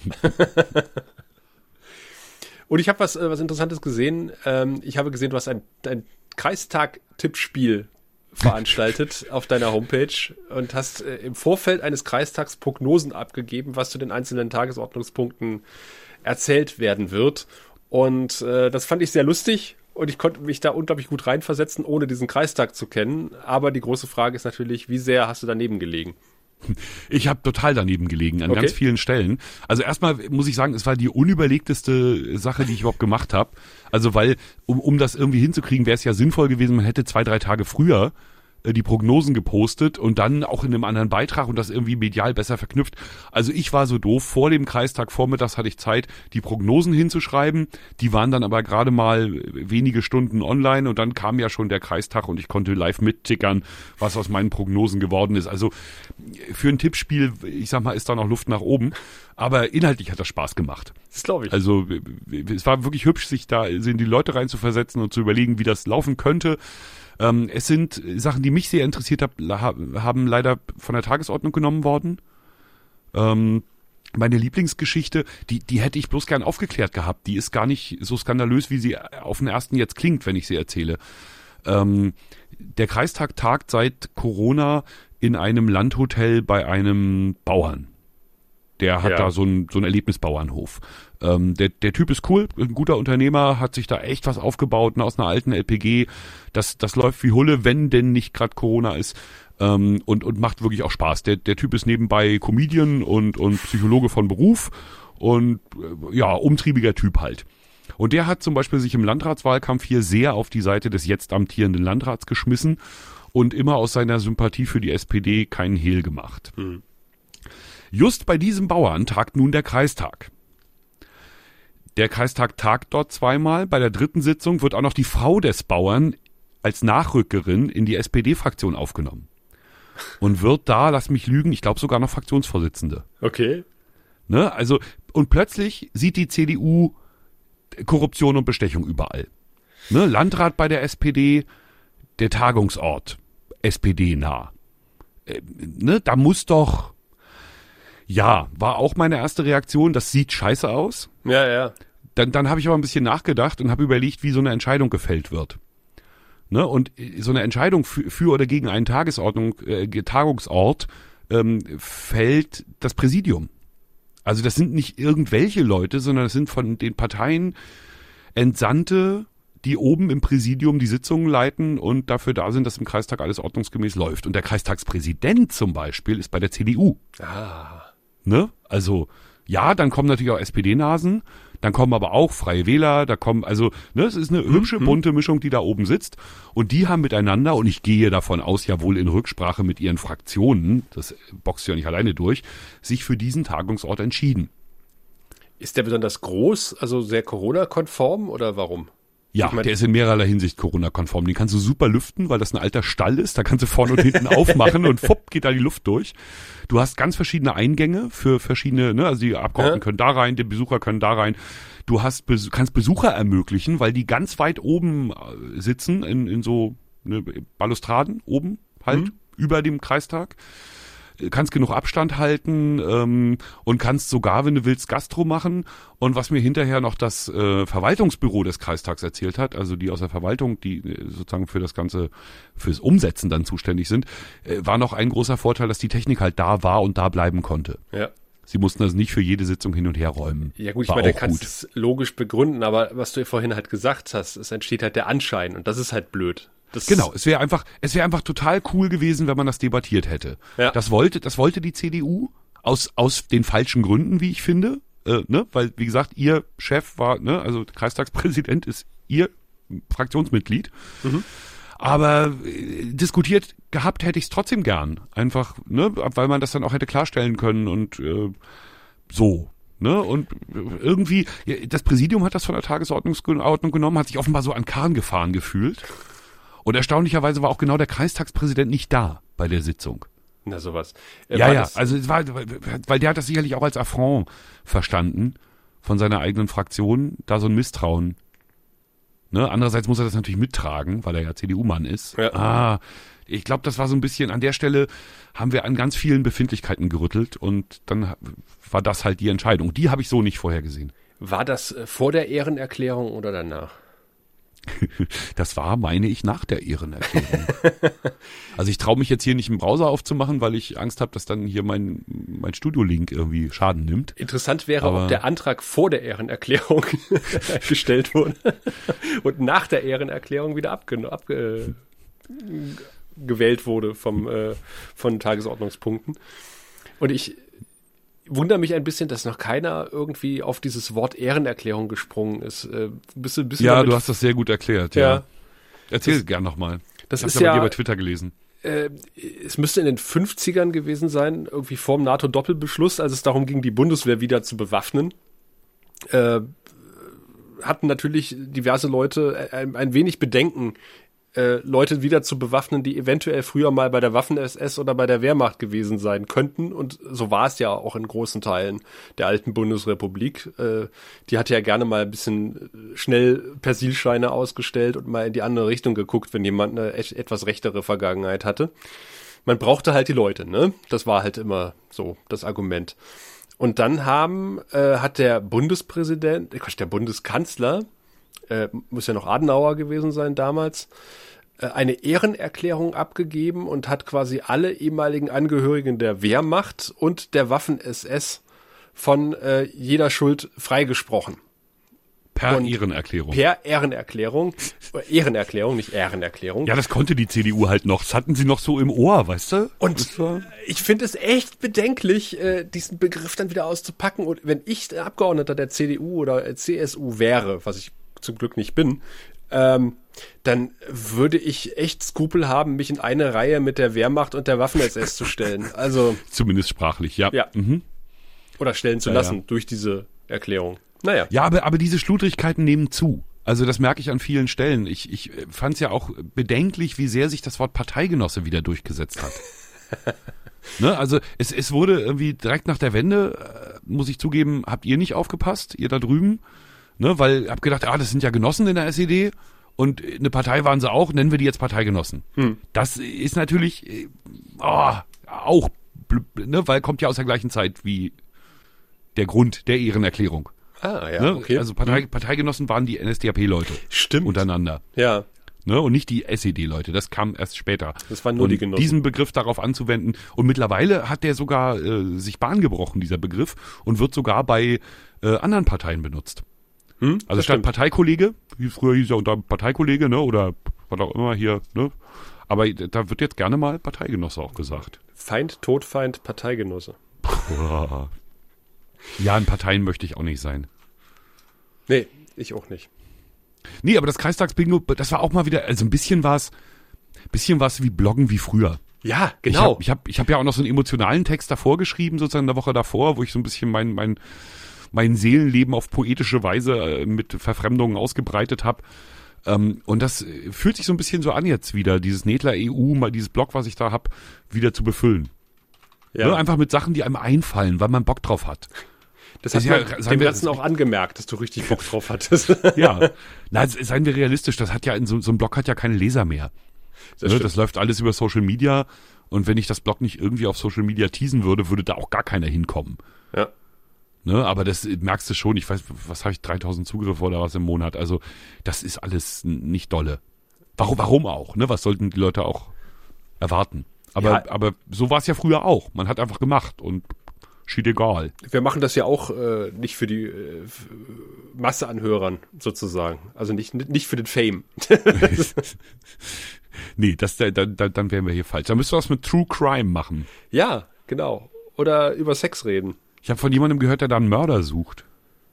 Und ich habe was, äh, was Interessantes gesehen. Ähm, ich habe gesehen, du hast ein, ein Kreistag-Tippspiel veranstaltet auf deiner Homepage und hast äh, im Vorfeld eines Kreistags Prognosen abgegeben, was zu den einzelnen Tagesordnungspunkten erzählt werden wird. Und äh, das fand ich sehr lustig und ich konnte mich da unglaublich gut reinversetzen, ohne diesen Kreistag zu kennen. Aber die große Frage ist natürlich, wie sehr hast du daneben gelegen? Ich habe total daneben gelegen, an okay. ganz vielen Stellen. Also erstmal muss ich sagen, es war die unüberlegteste Sache, die ich überhaupt gemacht habe. Also weil, um, um das irgendwie hinzukriegen, wäre es ja sinnvoll gewesen, man hätte zwei, drei Tage früher äh, die Prognosen gepostet und dann auch in einem anderen Beitrag und das irgendwie medial besser verknüpft. Also ich war so doof, vor dem Kreistag vormittags hatte ich Zeit, die Prognosen hinzuschreiben. Die waren dann aber gerade mal wenige Stunden online und dann kam ja schon der Kreistag und ich konnte live mittickern, was aus meinen Prognosen geworden ist. Also für ein Tippspiel, ich sag mal, ist da noch Luft nach oben. Aber inhaltlich hat das Spaß gemacht. Das glaube ich. Also es war wirklich hübsch, sich da in die Leute reinzuversetzen und zu überlegen, wie das laufen könnte. Ähm, es sind Sachen, die mich sehr interessiert hab, haben leider von der Tagesordnung genommen worden. Ähm, meine Lieblingsgeschichte, die, die hätte ich bloß gern aufgeklärt gehabt. Die ist gar nicht so skandalös, wie sie auf den ersten jetzt klingt, wenn ich sie erzähle. Ähm, der Kreistag tagt seit Corona in einem Landhotel bei einem Bauern. Der hat ja. da so einen so einen Erlebnisbauernhof. Ähm, der, der Typ ist cool, ein guter Unternehmer, hat sich da echt was aufgebaut, ne, aus einer alten L P G. Das, das läuft wie Hulle, wenn denn nicht gerade Corona ist. Ähm, und, und macht wirklich auch Spaß. Der, der Typ ist nebenbei Comedian und, und Psychologe von Beruf und äh, ja, umtriebiger Typ halt. Und der hat zum Beispiel sich im Landratswahlkampf hier sehr auf die Seite des jetzt amtierenden Landrats geschmissen und immer aus seiner Sympathie für die S P D keinen Hehl gemacht. Mhm. Just bei diesem Bauern tagt nun der Kreistag. Der Kreistag tagt dort zweimal. Bei der dritten Sitzung wird auch noch die Frau des Bauern als Nachrückerin in die S P D-Fraktion aufgenommen. Und wird da, lass mich lügen, ich glaube sogar noch Fraktionsvorsitzende. Okay. Ne, also, und plötzlich sieht die C D U Korruption und Bestechung überall. Ne, Landrat bei der S P D, der Tagungsort, S P D-nah. Äh, ne, da muss doch... Ja, war auch meine erste Reaktion. Das sieht scheiße aus. Ja, ja. dann, dann habe ich aber ein bisschen nachgedacht und habe überlegt, wie so eine Entscheidung gefällt wird. Ne? Und so eine Entscheidung für, für oder gegen einen Tagesordnung, äh, Tagungsort ähm, fällt das Präsidium. Also das sind nicht irgendwelche Leute, sondern das sind von den Parteien Entsandte, die oben im Präsidium die Sitzungen leiten und dafür da sind, dass im Kreistag alles ordnungsgemäß läuft. Und der Kreistagspräsident zum Beispiel ist bei der C D U. Ah. Ne? Also ja, dann kommen natürlich auch S P D-Nasen, dann kommen aber auch Freie Wähler, da kommen, also ne, es ist eine hübsche, bunte Mischung, die da oben sitzt. Und die haben miteinander, und ich gehe davon aus, ja wohl in Rücksprache mit ihren Fraktionen, das boxt ja nicht alleine durch, sich für diesen Tagungsort entschieden. Ist der besonders groß, also sehr Corona-konform oder warum? Ja, Ich mein, der ist in mehrerlei Hinsicht Corona-konform. Den kannst du super lüften, weil das ein alter Stall ist. Da kannst du vorne und hinten aufmachen und fupp geht da die Luft durch. Du hast ganz verschiedene Eingänge für verschiedene, ne, also die Abgeordneten ja. können da rein, die Besucher können da rein. Du hast kannst Besucher ermöglichen, weil die ganz weit oben sitzen in, in so ne, Balustraden oben halt mhm. über dem Kreistag. Kannst genug Abstand halten ähm, und kannst sogar, wenn du willst, Gastro machen. Und was mir hinterher noch das äh, Verwaltungsbüro des Kreistags erzählt hat, also die aus der Verwaltung, die äh, sozusagen für das Ganze, fürs Umsetzen dann zuständig sind, äh, war noch ein großer Vorteil, dass die Technik halt da war und da bleiben konnte. Ja. Sie mussten das nicht für jede Sitzung hin und her räumen. Ja gut, ich war meine, du auch kannst gut. es logisch begründen, aber was du vorhin halt gesagt hast, es entsteht halt der Anschein und das ist halt blöd. Das Genau, es wäre einfach, es wäre einfach total cool gewesen, wenn man das debattiert hätte. Ja. Das wollte, das wollte die C D U aus aus den falschen Gründen, wie ich finde, äh, ne, weil wie gesagt, ihr Chef war, ne, also Kreistagspräsident ist ihr Fraktionsmitglied. Mhm. Aber äh, diskutiert gehabt hätte ich es trotzdem gern, einfach, ne, weil man das dann auch hätte klarstellen können und äh, so. Ne, und irgendwie, das Präsidium hat das von der Tagesordnung genommen, hat sich offenbar so an Karren gefahren gefühlt. Und erstaunlicherweise war auch genau der Kreistagspräsident nicht da bei der Sitzung. Na sowas. Äh, ja, ja, das, also es war, weil der hat das sicherlich auch als Affront verstanden von seiner eigenen Fraktion, da so ein Misstrauen. Ne, andererseits muss er das natürlich mittragen, weil er ja C D U-Mann ist. Ja. Ah, ich glaube, das war so ein bisschen, an der Stelle haben wir an ganz vielen Befindlichkeiten gerüttelt und dann war das halt die Entscheidung. Die habe ich so nicht vorhergesehen. War das vor der Ehrenerklärung oder danach? Das war, meine ich, nach der Ehrenerklärung. Also ich traue mich jetzt hier nicht einen Browser aufzumachen, weil ich Angst habe, dass dann hier mein, mein Studio-Link irgendwie Schaden nimmt. Interessant wäre, Aber ob der Antrag vor der Ehrenerklärung gestellt wurde und nach der Ehrenerklärung wieder abge- abge- gewählt wurde vom, äh, von Tagesordnungspunkten. Und ich wundere mich ein bisschen, dass noch keiner irgendwie auf dieses Wort Ehrenerklärung gesprungen ist. Äh, bist du ein bisschen ja, damit, du hast das sehr gut erklärt. Ja, ja. Erzähl das, gern nochmal. Das ich ist habe ja bei dir bei Twitter gelesen. Äh, es müsste in den fünfzigern gewesen sein, irgendwie vorm NATO-Doppelbeschluss, als es darum ging, die Bundeswehr wieder zu bewaffnen. Äh, hatten natürlich diverse Leute ein, ein wenig Bedenken, äh, Leute wieder zu bewaffnen, die eventuell früher mal bei der Waffen-S S oder bei der Wehrmacht gewesen sein könnten. Und so war es ja auch in großen Teilen der alten Bundesrepublik. Äh, die hatte ja gerne mal ein bisschen schnell Persilscheine ausgestellt und mal in die andere Richtung geguckt, wenn jemand eine et- etwas rechtere Vergangenheit hatte. Man brauchte halt die Leute, ne? Das war halt immer so das Argument. Und dann haben, äh, hat der Bundespräsident, äh, Quatsch, der Bundeskanzler, äh, muss ja noch Adenauer gewesen sein damals, äh, eine Ehrenerklärung abgegeben und hat quasi alle ehemaligen Angehörigen der Wehrmacht und der Waffen-S S von äh, jeder Schuld freigesprochen. Per Und Ehrenerklärung. Per Ehrenerklärung. Ehrenerklärung, nicht Ehrenerklärung. Ja, das konnte die C D U halt noch. Das hatten sie noch so im Ohr, weißt du? Und ich finde es echt bedenklich, äh, diesen Begriff dann wieder auszupacken. Und wenn ich der Abgeordneter der C D U oder C S U wäre, was ich zum Glück nicht bin, ähm, dann würde ich echt Skrupel haben, mich in eine Reihe mit der Wehrmacht und der Waffen-S S zu stellen. Also zumindest sprachlich, ja. Ja. Mhm. Oder stellen zu Ja, lassen ja. durch diese Erklärung. Naja. Ja, aber, aber diese Schludrigkeiten nehmen zu. Also das merke ich an vielen Stellen. Ich, ich fand es ja auch bedenklich, wie sehr sich das Wort Parteigenosse wieder durchgesetzt hat. Ne, also es, es wurde irgendwie direkt nach der Wende, äh, muss ich zugeben, habt ihr nicht aufgepasst, ihr da drüben, ne, weil hab gedacht, ah, das sind ja Genossen in der S E D und eine Partei waren sie auch, nennen wir die jetzt Parteigenossen. Hm. Das ist natürlich äh, oh, auch, ne, weil kommt ja aus der gleichen Zeit wie der Grund der Ehrenerklärung. Ah, ja, Ne? okay. Also Partei, Parteigenossen waren die N S D A P-Leute Stimmt. untereinander. Ja, Ne? Und nicht die S E D-Leute. Das kam erst später. das waren nur und die Genossen. diesen Begriff darauf anzuwenden. Und mittlerweile hat der sogar äh, sich Bahn gebrochen, dieser Begriff, und wird sogar bei äh, anderen Parteien benutzt. Hm? Also Das statt stimmt. Parteikollege, wie früher hieß er unter Parteikollege, ne, oder was auch immer hier, ne. Aber da wird jetzt gerne mal Parteigenosse auch gesagt. Feind, Todfeind, Parteigenosse. Boah. Ja, in Parteien möchte ich auch nicht sein. Nee, ich auch nicht. Nee, aber das Kreistagsbingo, das war auch mal wieder, also ein bisschen was, bisschen was wie Bloggen wie früher. Ja, Ich genau. habe ich hab, ich hab ja auch noch so einen emotionalen Text davor geschrieben, sozusagen in der Woche davor, wo ich so ein bisschen mein, mein, mein Seelenleben auf poetische Weise äh, mit Verfremdungen ausgebreitet habe. Ähm, und das äh, fühlt sich so ein bisschen so an jetzt wieder, dieses Nedler E U, mal dieses Blog, was ich da hab, wieder zu befüllen. ja. Ne? Einfach mit Sachen, die einem einfallen, weil man Bock drauf hat. Das hat ist ja, man sagen dem wir- Ganzen auch angemerkt, dass du richtig Bock drauf hattest. Ja. Na, seien wir realistisch, das hat ja, in so, so ein Blog hat ja keine Leser mehr. Das Das, ne? stimmt. Das läuft alles über Social Media. Und wenn ich das Blog nicht irgendwie auf Social Media teasen würde, würde da auch gar keiner hinkommen. Ja. Ne, aber das merkst du schon, ich weiß, was habe ich, dreitausend Zugriffe oder was im Monat, also das ist alles n- nicht dolle. Warum, warum auch, ne, was sollten die Leute auch erwarten? Aber, Ja. aber so war es ja früher auch, man hat einfach gemacht und schied egal. Wir machen das ja auch äh, nicht für die äh, f- Masse an Hörern sozusagen. Also nicht, nicht für den Fame. Nee, das, da, da, dann wären wir hier falsch. Da müsst ihr was mit True Crime machen. Ja, genau. Oder über Sex reden. Ich habe von jemandem gehört, der da einen Mörder sucht.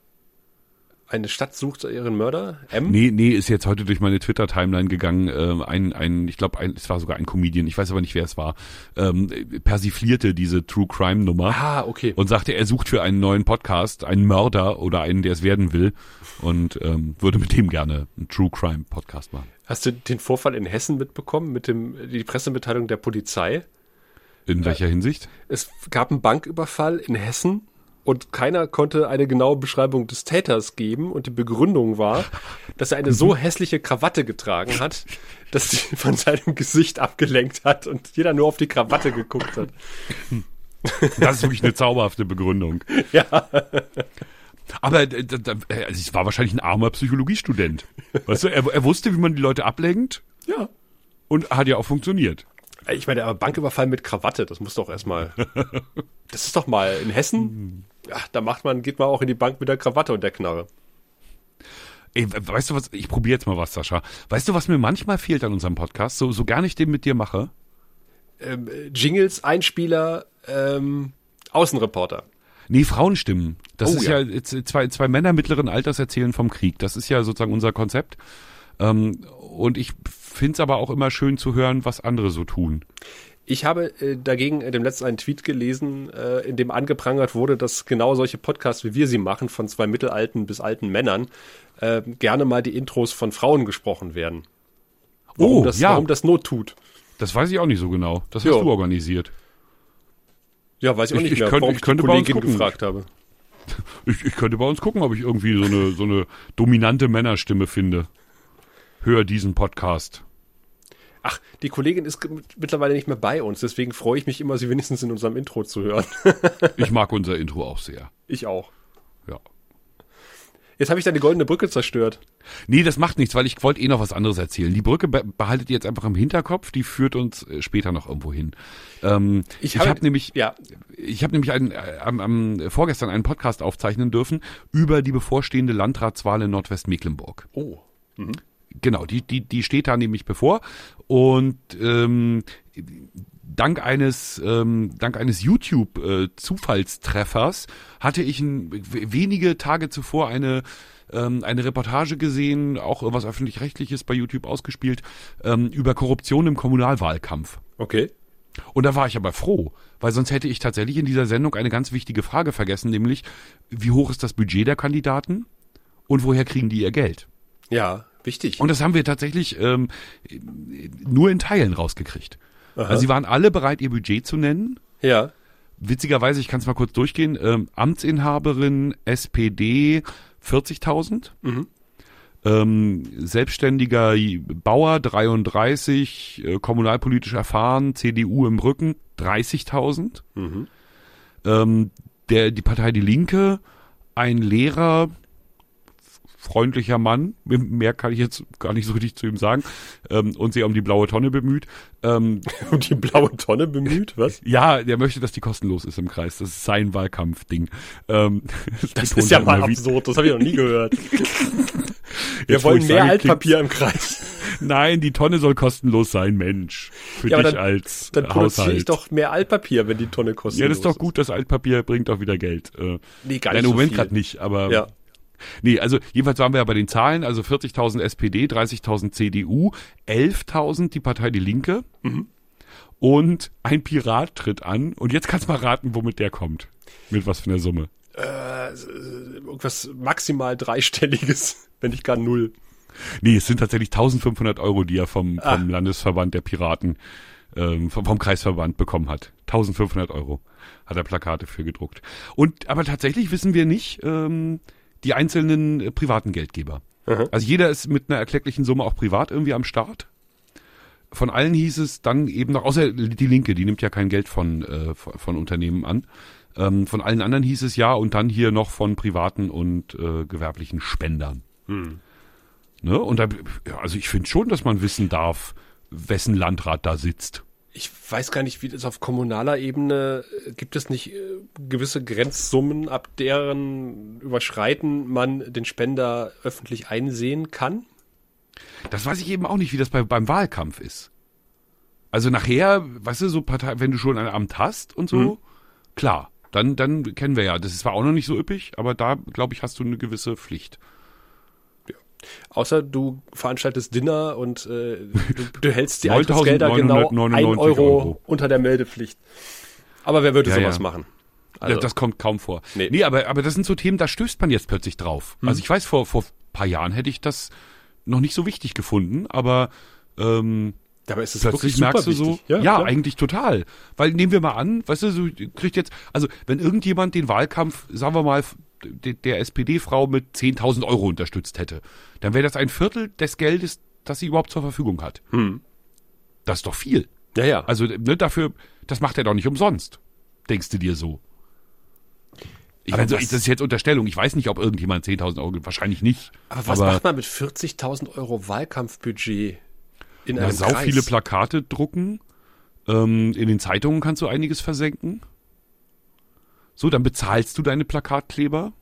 Eine Stadt sucht ihren Mörder? M? Nee, nee, ist jetzt heute durch meine Twitter-Timeline gegangen. Ähm, ein, ein, ich glaube, ein, es war sogar ein Comedian, ich weiß aber nicht, wer es war, ähm, persiflierte diese True-Crime-Nummer Ah, okay. und sagte, er sucht für einen neuen Podcast einen Mörder oder einen, der es werden will und ähm, würde mit dem gerne einen True-Crime-Podcast machen. Hast du den Vorfall in Hessen mitbekommen mit dem die Pressemitteilung der Polizei? In welcher Hinsicht? Es gab einen Banküberfall in Hessen und keiner konnte eine genaue Beschreibung des Täters geben und die Begründung war, dass er eine so hässliche Krawatte getragen hat, dass sie von seinem Gesicht abgelenkt hat und jeder nur auf die Krawatte geguckt hat. Das ist wirklich eine zauberhafte Begründung. Ja, Aber äh, da, da, also es war wahrscheinlich ein armer Psychologiestudent. Weißt du, er, er wusste, wie man die Leute ablenkt ja. und hat ja auch funktioniert. Ich meine, aber Banküberfall mit Krawatte, das muss doch erstmal. Das ist doch mal in Hessen. Ja, da macht man, geht man auch in die Bank mit der Krawatte und der Knarre. Ey, we- weißt du was, ich probiere jetzt mal was, Sascha. Weißt du, was mir manchmal fehlt an unserem Podcast, so, so gar nicht den mit dir mache? Ähm, Jingles, Einspieler, ähm, Außenreporter. Nee, Frauenstimmen. Das Oh, ist ja, ja. jetzt zwei, zwei Männer mittleren Alters erzählen vom Krieg. Das ist ja sozusagen unser Konzept. Ähm, und ich finde es aber auch immer schön zu hören, was andere so tun. Ich habe äh, dagegen in dem letzten einen Tweet gelesen, äh, in dem angeprangert wurde, dass genau solche Podcasts, wie wir sie machen, von zwei mittelalten bis alten Männern, äh, gerne mal die Intros von Frauen gesprochen werden. Warum, Oh, das, ja. warum das Not tut. Das weiß ich auch nicht so genau. Das hast Jo. du organisiert. Ja, weiß ich auch Ich- nicht ich mehr, könnte- warum ich ich die könnte bei uns Kollegin gucken. gefragt habe. Ich, ich könnte bei uns gucken, ob ich irgendwie so eine, so eine dominante Männerstimme finde. Hör diesen Podcast. Ach, die Kollegin ist ge- mittlerweile nicht mehr bei uns, deswegen freue ich mich immer, sie wenigstens in unserem Intro zu hören. Ich mag unser Intro auch sehr. Ich auch. Ja. Jetzt habe ich deine goldene Brücke zerstört. Nee, das macht nichts, weil ich wollte eh noch was anderes erzählen. Die Brücke be behaltet ihr jetzt einfach im Hinterkopf, die führt uns äh, später noch irgendwo hin. Ähm, ich habe hab nämlich, Ja, ich habe nämlich einen, äh, am, am vorgestern einen Podcast aufzeichnen dürfen über die bevorstehende Landratswahl in Nordwestmecklenburg. oh. Genau, die, die, die steht da nämlich bevor. Und ähm, dank eines, ähm, dank eines YouTube-Zufallstreffers hatte ich ein, w- wenige Tage zuvor eine ähm, eine Reportage gesehen, auch irgendwas öffentlich-rechtliches bei YouTube ausgespielt, ähm, über Korruption im Kommunalwahlkampf. Okay. Und da war ich aber froh, weil sonst hätte ich tatsächlich in dieser Sendung eine ganz wichtige Frage vergessen, nämlich wie hoch ist das Budget der Kandidaten und woher kriegen die ihr Geld? Ja, wichtig. Und das haben wir tatsächlich ähm, nur in Teilen rausgekriegt. Also sie waren alle bereit, ihr Budget zu nennen. ja. Witzigerweise, ich kann es mal kurz durchgehen, ähm, Amtsinhaberin S P D vierzigtausend, Mhm. ähm, selbstständiger Bauer dreiunddreißig, äh, kommunalpolitisch erfahren, C D U im Rücken dreißigtausend. Mhm. Ähm, der, die Partei Die Linke ein Lehrer, freundlicher Mann, mehr kann ich jetzt gar nicht so richtig zu ihm sagen, ähm, und sich um die blaue Tonne bemüht. Ähm, um die blaue Tonne bemüht, was? Ja, der möchte, dass die kostenlos ist im Kreis. Das ist sein Wahlkampfding. Ähm, das das ist ja mal absurd, das habe ich noch nie gehört. Wir jetzt, wollen mehr sage, Altpapier im Kreis. Nein, die Tonne soll kostenlos sein, Mensch. Für ja, dich dann, als dann produziere Haushalt. ich doch mehr Altpapier, wenn die Tonne kostenlos ist. Ja, das ist doch gut, das Altpapier bringt auch wieder Geld. Äh, nee, gar nein, nicht im Moment so gerade nicht, aber... Ja. Nee, also jedenfalls waren wir ja bei den Zahlen, also vierzigtausend S P D, dreißigtausend C D U, elftausend die Partei Die Linke mhm. und ein Pirat tritt an und jetzt kannst du mal raten, womit der kommt. Mit was für einer Summe? Äh, irgendwas maximal dreistelliges, wenn nicht gar null. Nee, es sind tatsächlich eintausendfünfhundert Euro, die er vom, vom ah. Landesverband der Piraten, ähm, vom, vom Kreisverband bekommen hat. eintausendfünfhundert Euro hat er Plakate für gedruckt. Und aber tatsächlich wissen wir nicht, ähm, die einzelnen äh, privaten Geldgeber. Mhm. Also jeder ist mit einer erklecklichen Summe auch privat irgendwie am Start. Von allen hieß es dann eben noch, außer die Linke, die nimmt ja kein Geld von, äh, von, von Unternehmen an. Ähm, von allen anderen hieß es ja und dann hier noch von privaten und äh, gewerblichen Spendern. Mhm. Ne? Und da, ja, also ich finde schon, dass man wissen darf, wessen Landrat da sitzt. Ich weiß gar nicht, wie das auf kommunaler Ebene, gibt es nicht äh, gewisse Grenzsummen, ab deren Überschreiten man den Spender öffentlich einsehen kann? Das weiß ich eben auch nicht, wie das bei, beim Wahlkampf ist. Also nachher, weißt du, so Partei, wenn du schon ein Amt hast und so, mhm. klar, dann, dann kennen wir ja, das ist zwar auch noch nicht so üppig, aber da, glaube ich, hast du eine gewisse Pflicht. Außer du veranstaltest Dinner und äh, du, du hältst die Eintrittsgelder genau ein Euro, Euro unter der Meldepflicht. Aber wer würde ja, sowas ja. machen? Also, das kommt kaum vor. Nee, nee aber, aber das sind so Themen, da stößt man jetzt plötzlich drauf. Hm. Also ich weiß, vor vor paar Jahren hätte ich das noch nicht so wichtig gefunden, aber ähm, dabei ist es plötzlich merkst du so, ja, ja eigentlich total. Weil nehmen wir mal an, weißt du, so kriegt jetzt, also wenn irgendjemand den Wahlkampf, sagen wir mal, der S P D-Frau mit zehntausend Euro unterstützt hätte, dann wäre das ein Viertel des Geldes, das sie überhaupt zur Verfügung hat. Hm. Das ist doch viel. Ja, ja. Also ne, dafür, das macht er doch nicht umsonst, denkst du dir so. Ich meine, so, das ist jetzt Unterstellung. Ich weiß nicht, ob irgendjemand zehntausend Euro gibt. Wahrscheinlich nicht. Aber was aber, macht man mit vierzigtausend Euro Wahlkampfbudget in einem na, sau Kreis? Viele Plakate drucken. Ähm, in den Zeitungen kannst du einiges versenken. So, dann bezahlst du deine Plakatkleber.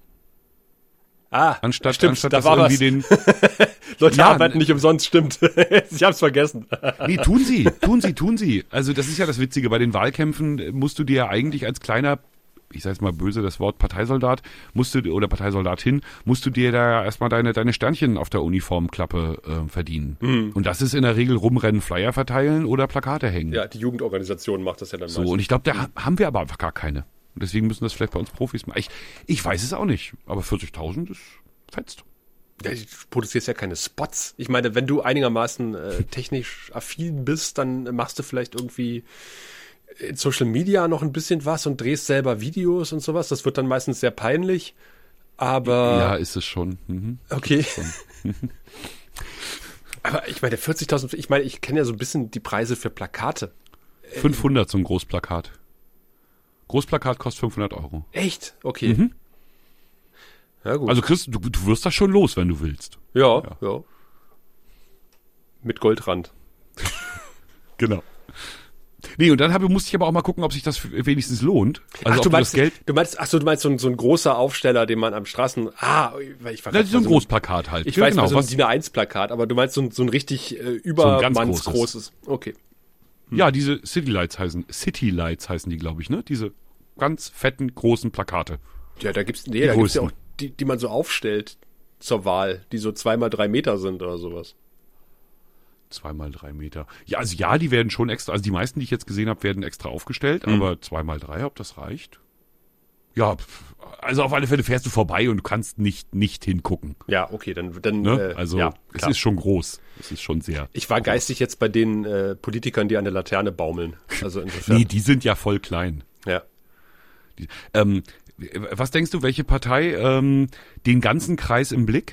Ah, anstatt, stimmt, anstatt da dass war irgendwie was. den Leute ja, arbeiten nicht umsonst, stimmt. Ich hab's vergessen. Nee, tun sie, tun sie, tun sie. Also das ist ja das Witzige. Bei den Wahlkämpfen musst du dir ja eigentlich als kleiner, ich sag's mal böse, das Wort Parteisoldat, musst du, oder Parteisoldatin, musst du dir da erstmal deine, deine Sternchen auf der Uniformklappe äh, verdienen. Mhm. Und das ist in der Regel rumrennen, Flyer verteilen oder Plakate hängen. Ja, die Jugendorganisation macht das ja dann so. meistens. Und ich glaube, da haben wir aber einfach gar keine. Deswegen müssen das vielleicht bei uns Profis machen. Ich, ich weiß es auch nicht, aber vierzigtausend ist fetzt. Ja, du produzierst ja keine Spots. Ich meine, wenn du einigermaßen äh, technisch affin bist, dann machst du vielleicht irgendwie in Social Media noch ein bisschen was und drehst selber Videos und sowas. Das wird dann meistens sehr peinlich, aber... Ja, ist es schon. Mhm. Okay. Schon. Aber ich meine, vierzigtausend, ich meine, ich kenne ja so ein bisschen die Preise für Plakate. fünfhundert zum Großplakat. Großplakat kostet fünfhundert Euro. Echt? Okay. Mhm. Ja, gut. Also Chris, du, du wirst das schon los, wenn du willst. Ja, ja. ja. Mit Goldrand. Genau. Nee, und dann habe, musste ich aber auch mal gucken, ob sich das wenigstens lohnt. Also ach, ob du meinst, das Geld. Du meinst, ach so, du meinst so ein, so ein großer Aufsteller, den man am Straßen, ah, weil ich Das ist so ein Großplakat halt. Ich ja, weiß, genau, so ein D I N A eins Plakat, aber du meinst so ein, so ein richtig äh, übermannsgroßes. So großes. Okay. Hm. Ja, diese City Lights heißen, City Lights heißen die, glaube ich, ne? Diese ganz fetten, großen Plakate. Ja, da gibt's, nee, da gibt's ja auch die, die man so aufstellt zur Wahl, die so zwei mal drei Meter sind oder sowas. Zweimal drei Meter. Ja, also ja, die werden schon extra, also die meisten, die ich jetzt gesehen habe, werden extra aufgestellt, mhm. aber zweimal drei, ob das reicht? Ja, also auf alle Fälle fährst du vorbei und du kannst nicht nicht hingucken. Ja, okay, dann dann ne? äh, also ja, es ist schon groß. Es ist schon sehr. Ich war geistig jetzt bei den äh, Politikern, die an der Laterne baumeln. Also insofern. Nee, die sind ja voll klein. Ja. Die, ähm, was denkst du, welche Partei ähm, den ganzen Kreis im Blick?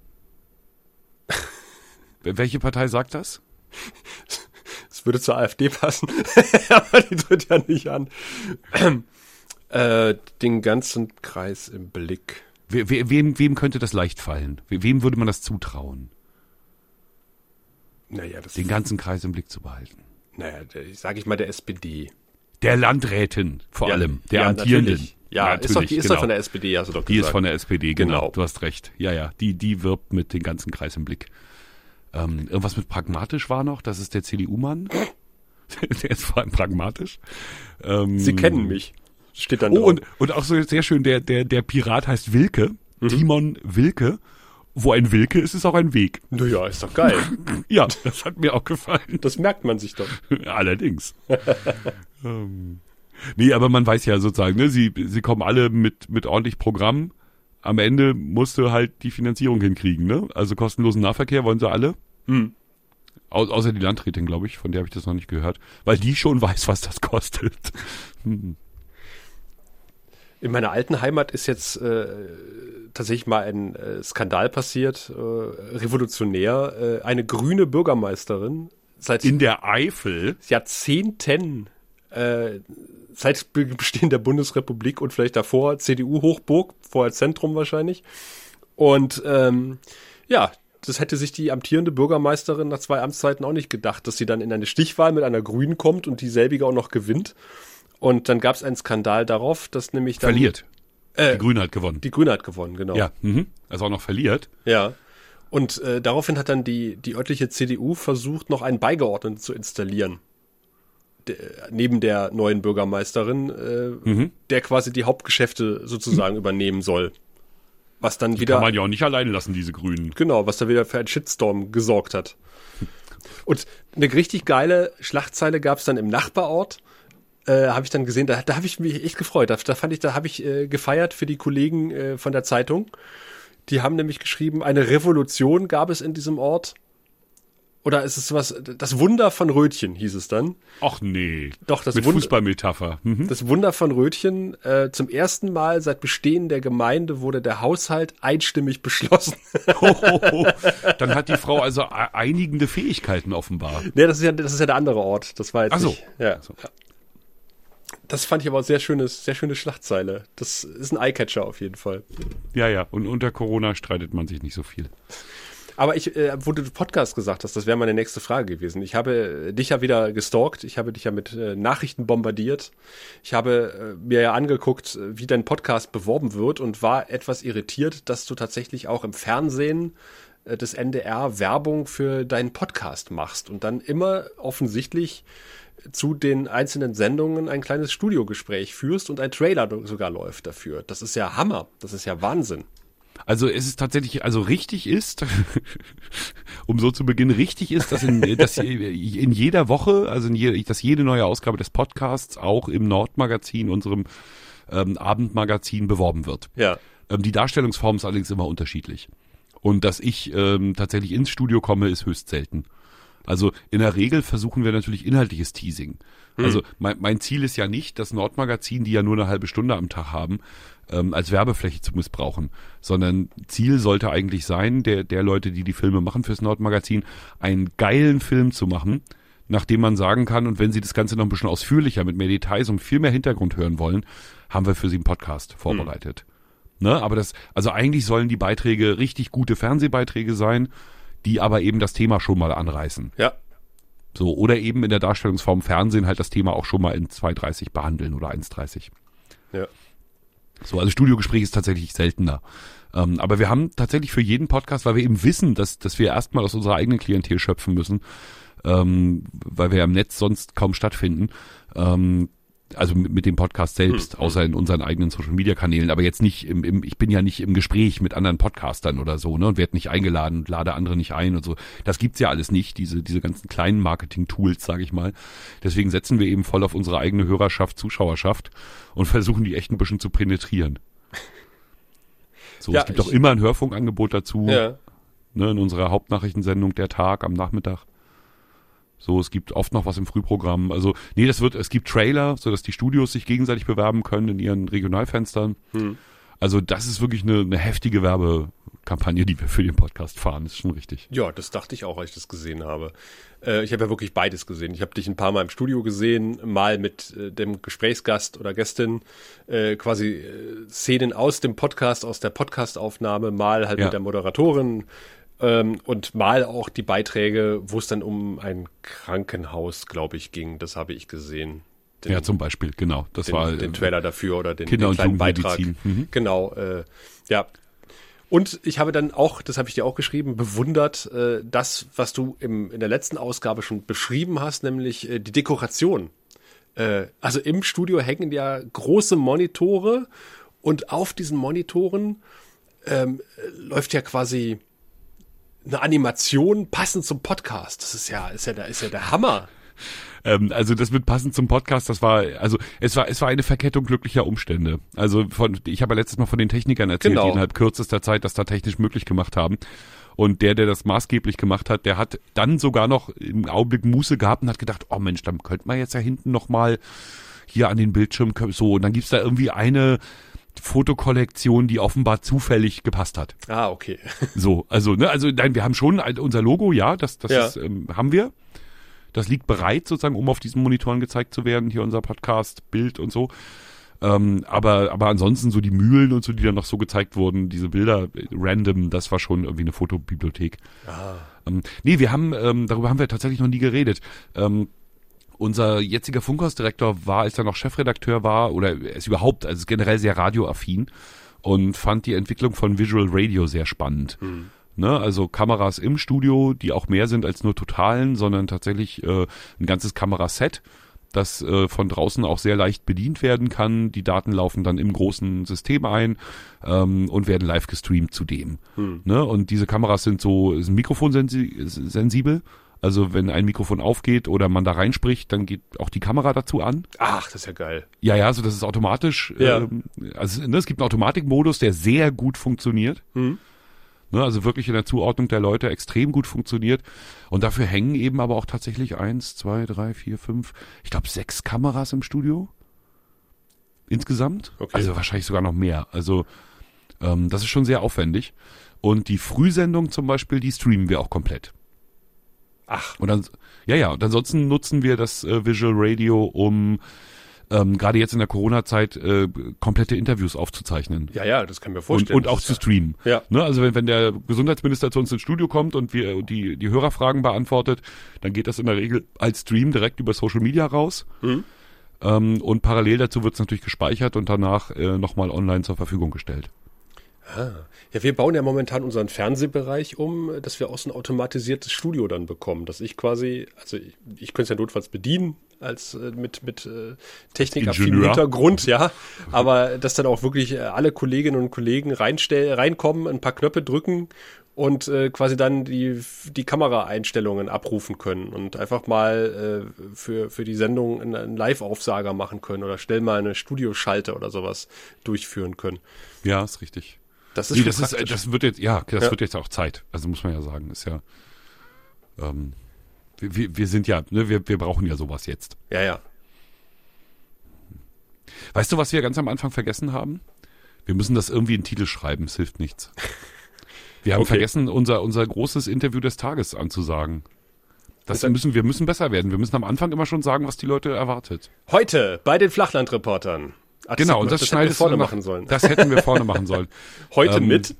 Welche Partei sagt das? Es würde zur AfD passen, aber die tritt ja nicht an. äh, den ganzen Kreis im Blick. We, we, wem, wem könnte das leicht fallen? We, wem würde man das zutrauen? Naja, das Den ganzen Kreis im Blick zu behalten. Naja, sage ich mal der S P D. Der Landrätin vor Ja, allem, der ja, amtierenden. natürlich. Ja, natürlich, ist, doch, die ist genau. doch von der S P D, hast du doch gesagt. Die ist von der S P D, genau. Genau. Du hast recht. Ja, ja, die, die wirbt mit dem ganzen Kreis im Blick. Ähm, irgendwas mit pragmatisch war noch, das ist der C D U-Mann. Der ist vor allem pragmatisch. Ähm, Sie kennen mich. Steht dann Oh, drauf. und, und auch so sehr schön, der, der, der Pirat heißt Wilke, Mhm. Timon Wilke. Wo ein Wilke ist, ist auch ein Weg. Naja, ist doch geil. Ja, das hat mir auch gefallen. Das merkt man sich doch. Allerdings. ähm, nee, aber man weiß ja sozusagen, ne, sie, sie kommen alle mit, mit ordentlich Programm. Am Ende musst du halt die Finanzierung hinkriegen, ne? Also kostenlosen Nahverkehr wollen sie alle. Hm. Au, außer die Landrätin, glaube ich, von der habe ich das noch nicht gehört. Weil die schon weiß, was das kostet. Hm. In meiner alten Heimat ist jetzt äh, tatsächlich mal ein äh, Skandal passiert, äh, revolutionär. Äh, eine grüne Bürgermeisterin seit In der Eifel. Jahrzehnten, äh, seit Be- Bestehen der Bundesrepublik und vielleicht davor C D U-Hochburg, vorher Zentrum wahrscheinlich. Und ähm, ja, das hätte sich die amtierende Bürgermeisterin nach zwei Amtszeiten auch nicht gedacht, dass sie dann in eine Stichwahl mit einer Grünen kommt und dieselbige auch noch gewinnt. Und dann gab es einen Skandal darauf, dass nämlich dann... Verliert. Äh, Die Grüne hat gewonnen. Die Grüne hat gewonnen, genau. Ja, mhm. Also auch noch verliert. Ja. Und äh, daraufhin hat dann die, die örtliche C D U versucht, noch einen Beigeordneten zu installieren. De, neben der neuen Bürgermeisterin, äh, Mhm. der quasi die Hauptgeschäfte sozusagen übernehmen soll. Was dann Die wieder... kann man ja auch nicht alleine lassen, diese Grünen. Genau, was da wieder für einen Shitstorm gesorgt hat. Und eine richtig geile Schlagzeile gab es dann im Nachbarort. Äh, habe ich dann gesehen, da, da habe ich mich echt gefreut. Da, da fand ich, da habe ich äh, gefeiert für die Kollegen äh, von der Zeitung. Die haben nämlich geschrieben, eine Revolution gab es in diesem Ort. Oder ist es sowas, das Wunder von Rötchen hieß es dann. Ach nee. Doch, das Mit Wunder- Fußballmetapher. Mhm. Das Wunder von Rötchen, äh, zum ersten Mal seit Bestehen der Gemeinde wurde der Haushalt einstimmig beschlossen. Dann hat die Frau also e- einigende Fähigkeiten offenbar. Nee, das ist ja, das ist ja der andere Ort. Das war jetzt Ach so. nicht. Ja. so. Das fand ich aber auch sehr schönes, sehr schöne Schlagzeile. Das ist ein Eyecatcher auf jeden Fall. Ja, ja. Und unter Corona streitet man sich nicht so viel. Aber ich, äh, wo du Podcast gesagt hast, das wäre meine nächste Frage gewesen. Ich habe äh, dich ja wieder gestalkt. Ich habe dich ja mit äh, Nachrichten bombardiert. Ich habe äh, mir ja angeguckt, äh, wie dein Podcast beworben wird und war etwas irritiert, dass du tatsächlich auch im Fernsehen äh, des N D R Werbung für deinen Podcast machst und dann immer offensichtlich zu den einzelnen Sendungen ein kleines Studiogespräch führst und ein Trailer sogar läuft dafür. Das ist ja Hammer. Das ist ja Wahnsinn. Also es ist tatsächlich, also richtig ist, um so zu beginnen, richtig ist, dass in, dass in jeder Woche, also in je, dass jede neue Ausgabe des Podcasts auch im Nordmagazin, unserem ähm, Abendmagazin, beworben wird. Ja. Ähm, die Darstellungsform ist allerdings immer unterschiedlich. Und dass ich ähm, tatsächlich ins Studio komme, ist höchst selten. Also in der Regel versuchen wir natürlich inhaltliches Teasing. Hm. Also mein, mein Ziel ist ja nicht, das Nordmagazin, die ja nur eine halbe Stunde am Tag haben, ähm, als Werbefläche zu missbrauchen, sondern Ziel sollte eigentlich sein, der, der Leute, die die Filme machen fürs Nordmagazin, einen geilen Film zu machen, nachdem man sagen kann, und wenn sie das Ganze noch ein bisschen ausführlicher mit mehr Details und viel mehr Hintergrund hören wollen, haben wir für sie einen Podcast vorbereitet. Hm. Ne? Aber das, also eigentlich sollen die Beiträge richtig gute Fernsehbeiträge sein, die aber eben das Thema schon mal anreißen. Ja. So, oder eben in der Darstellungsform Fernsehen halt das Thema auch schon mal in zwei dreißig behandeln oder eins dreißig. Ja. So, also Studiogespräch ist tatsächlich seltener. Ähm, aber wir haben tatsächlich für jeden Podcast, weil wir eben wissen, dass, dass wir erstmal aus unserer eigenen Klientel schöpfen müssen, ähm, weil wir ja im Netz sonst kaum stattfinden, ähm, also mit, mit dem Podcast selbst, hm. außer in unseren eigenen Social-Media-Kanälen, aber jetzt nicht im, im, ich bin ja nicht im Gespräch mit anderen Podcastern oder so, ne, und werde nicht eingeladen und lade andere nicht ein und so. Das gibt's ja alles nicht, diese, diese ganzen kleinen Marketing-Tools, sage ich mal. Deswegen setzen wir eben voll auf unsere eigene Hörerschaft, Zuschauerschaft und versuchen die echt ein bisschen zu penetrieren. So, Ja, es gibt ich- auch immer ein Hörfunkangebot dazu, Ja. ne, in unserer Hauptnachrichtensendung Der Tag am Nachmittag. So, es gibt oft noch was im Frühprogramm. Also, nee, das wird, es gibt Trailer, sodass die Studios sich gegenseitig bewerben können in ihren Regionalfenstern. Hm. Also, das ist wirklich eine, eine heftige Werbe, Kampagne, die wir für den Podcast fahren, ist schon richtig. Ja, das dachte ich auch, als ich das gesehen habe. Äh, ich habe ja wirklich beides gesehen. Ich habe dich ein paar Mal im Studio gesehen, mal mit äh, dem Gesprächsgast oder Gästin, äh, quasi äh, Szenen aus dem Podcast, aus der Podcastaufnahme, mal halt Ja. mit der Moderatorin ähm, und mal auch die Beiträge, wo es dann um ein Krankenhaus, glaube ich, ging. Das habe ich gesehen. Den, Ja, zum Beispiel, genau. Das den, war den Trailer dafür oder den, Kinder- den und kleinen Beitrag. Jugendmedizin. Mhm. Genau, äh, ja. Und ich habe dann auch, das habe ich dir auch geschrieben, bewundert, äh, das, was du im, in der letzten Ausgabe schon beschrieben hast, nämlich äh, die Dekoration. Äh, also im Studio hängen ja große Monitore und auf diesen Monitoren ähm, läuft ja quasi eine Animation passend zum Podcast. Das ist ja, ist ja, der, ist ja der Hammer. Ähm, also das mit passend zum Podcast, das war, also es war, es war eine Verkettung glücklicher Umstände. Also von, ich habe ja letztes Mal von den Technikern erzählt, Genau. die innerhalb kürzester Zeit das da technisch möglich gemacht haben. Und der, der das maßgeblich gemacht hat, der hat dann sogar noch im Augenblick Muße gehabt und hat gedacht, oh Mensch, dann könnte man jetzt ja hinten nochmal hier an den Bildschirm, so, und dann gibt's da irgendwie eine Fotokollektion, die offenbar zufällig gepasst hat. Ah, okay. So, also, ne, also nein, wir haben schon ein- unser Logo, ja, das, das Ja. Ist, ähm, haben wir. Das liegt bereit, sozusagen, um auf diesen Monitoren gezeigt zu werden. Hier unser Podcast, Bild und so. Ähm, aber, aber ansonsten so die Mühlen und so, die dann noch so gezeigt wurden, diese Bilder, äh, random, das war schon irgendwie eine Fotobibliothek. Ah. Ähm, nee, wir haben, ähm, darüber haben wir tatsächlich noch nie geredet. Ähm, unser jetziger Funkhausdirektor war, als er noch Chefredakteur war, oder er ist überhaupt, also ist generell sehr radioaffin und fand die Entwicklung von Visual Radio sehr spannend. Hm. Ne, also Kameras im Studio, die auch mehr sind als nur Totalen, sondern tatsächlich äh, ein ganzes Kameraset, das äh, von draußen auch sehr leicht bedient werden kann. Die Daten laufen dann im großen System ein ähm, und werden live gestreamt zudem. Hm. Ne, und diese Kameras sind so sind mikrofonsensibel. Also wenn ein Mikrofon aufgeht oder man da reinspricht, dann geht auch die Kamera dazu an. Ach, das ist ja geil. Ja, ja, also das ist automatisch. Ja. Ähm, also ne, es gibt einen Automatikmodus, der sehr gut funktioniert. Hm. Ne, also wirklich in der Zuordnung der Leute extrem gut funktioniert. Und dafür hängen eben aber auch tatsächlich eins, zwei, drei, vier, fünf, ich glaube sechs Kameras im Studio. Insgesamt. Okay. Also wahrscheinlich sogar noch mehr. Also ähm, das ist schon sehr aufwendig. Und die Frühsendung zum Beispiel, die streamen wir auch komplett. Ach, Und dann, ja, ja, und ansonsten nutzen wir das äh, Visual Radio, um ähm, gerade jetzt in der Corona-Zeit äh, komplette Interviews aufzuzeichnen. ja, ja, das kann ich mir Und, vorstellen. und Das auch ist zu ja- streamen. Ja. Ne, also wenn, wenn der Gesundheitsminister zu uns ins Studio kommt und wir die, die Hörerfragen beantwortet, dann geht das in der Regel als Stream direkt über Social Media raus. Mhm. Ähm, und parallel dazu wird es natürlich gespeichert und danach äh, nochmal online zur Verfügung gestellt. Ja, wir bauen ja momentan unseren Fernsehbereich um, dass wir auch so ein automatisiertes Studio dann bekommen, dass ich quasi, also ich, ich könnte es ja notfalls bedienen, als äh, mit mit äh, technikaffinem Ingenieur. Hintergrund, ja, aber dass dann auch wirklich äh, alle Kolleginnen und Kollegen reinstell, reinkommen, ein paar Knöpfe drücken und äh, quasi dann die die Kameraeinstellungen abrufen können und einfach mal äh, für für die Sendung einen, einen Live-Aufsager machen können oder schnell mal eine Studioschalte oder sowas durchführen können. Ja, ist richtig. Das ist Nee, schon das ist, praktisch. das wird jetzt, ja, das Ja. wird jetzt auch Zeit. Also muss man ja sagen, ist ja, ähm, wir, wir sind ja, ne, wir, wir brauchen ja sowas jetzt. Ja, ja. Weißt du, was wir ganz am Anfang vergessen haben? Wir müssen das irgendwie in den Titel schreiben, es hilft nichts. Wir haben Okay. vergessen, unser, unser großes Interview des Tages anzusagen. Das Und dann- müssen, wir müssen besser werden. Wir müssen am Anfang immer schon sagen, was die Leute erwartet. Heute bei den Flachlandreportern. Ach, Genau, und hätten wir- das, hätten wir schneidest vorne du noch, machen sollen. Das hätten wir vorne machen sollen. Heute ähm, mit.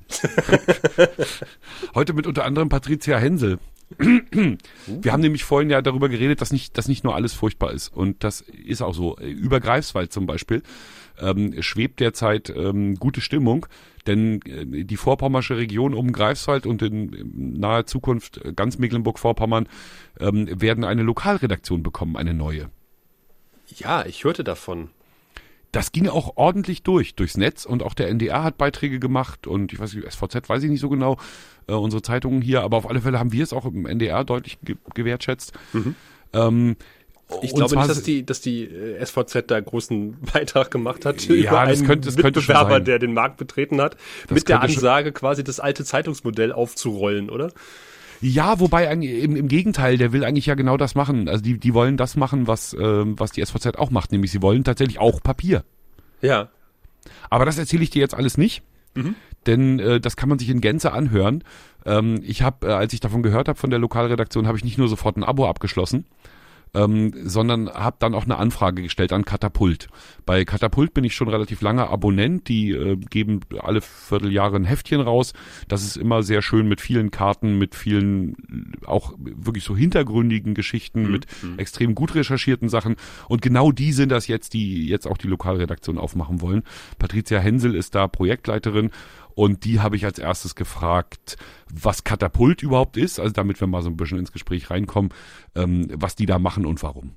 Heute mit unter anderem Patricia Hensel. Wir haben nämlich vorhin ja darüber geredet, dass nicht, dass nicht nur alles furchtbar ist. Und das ist auch so. Über Greifswald zum Beispiel ähm, schwebt derzeit ähm, gute Stimmung, denn äh, die vorpommersche Region um Greifswald und in, in naher Zukunft ganz Mecklenburg-Vorpommern ähm, werden eine Lokalredaktion bekommen, eine neue. Ja, ich hörte davon. Das ging auch ordentlich durch, durchs Netz, und auch der N D R hat Beiträge gemacht und ich weiß nicht, S V Z weiß ich nicht so genau, äh, unsere Zeitungen hier, aber auf alle Fälle haben wir es auch im N D R deutlich ge gewertschätzt. Mhm. Ähm, Ich und glaube zwar- nicht, dass die, dass die äh, S V Z da großen Beitrag gemacht hat Ja, über das einen könnte- das könnte schon Mitbewerber, sein. der den Markt betreten hat, mit der könnte schon- Ansage quasi das alte Zeitungsmodell aufzurollen, oder? Ja, wobei eigentlich im, im Gegenteil, der will eigentlich ja genau das machen. Also die, die wollen das machen, was, ähm, was die S V Z auch macht, nämlich sie wollen tatsächlich auch Papier. Ja. Aber das erzähle ich dir jetzt alles nicht. Mhm. Denn äh, das kann man sich in Gänze anhören. Ähm, ich habe, äh, als ich davon gehört habe von der Lokalredaktion, habe ich nicht nur sofort ein Abo abgeschlossen, ähm, sondern habe dann auch eine Anfrage gestellt an Katapult. Bei Katapult bin ich schon relativ lange Abonnent, die äh, geben alle Vierteljahre ein Heftchen raus. Das ist immer sehr schön mit vielen Karten, mit vielen auch wirklich so hintergründigen Geschichten, mhm. mit extrem gut recherchierten Sachen. Und genau die sind das jetzt, die jetzt auch die Lokalredaktion aufmachen wollen. Patricia Hensel ist da Projektleiterin. Und die habe ich als erstes gefragt, was Katapult überhaupt ist, also damit wir mal so ein bisschen ins Gespräch reinkommen, ähm, was die da machen und warum.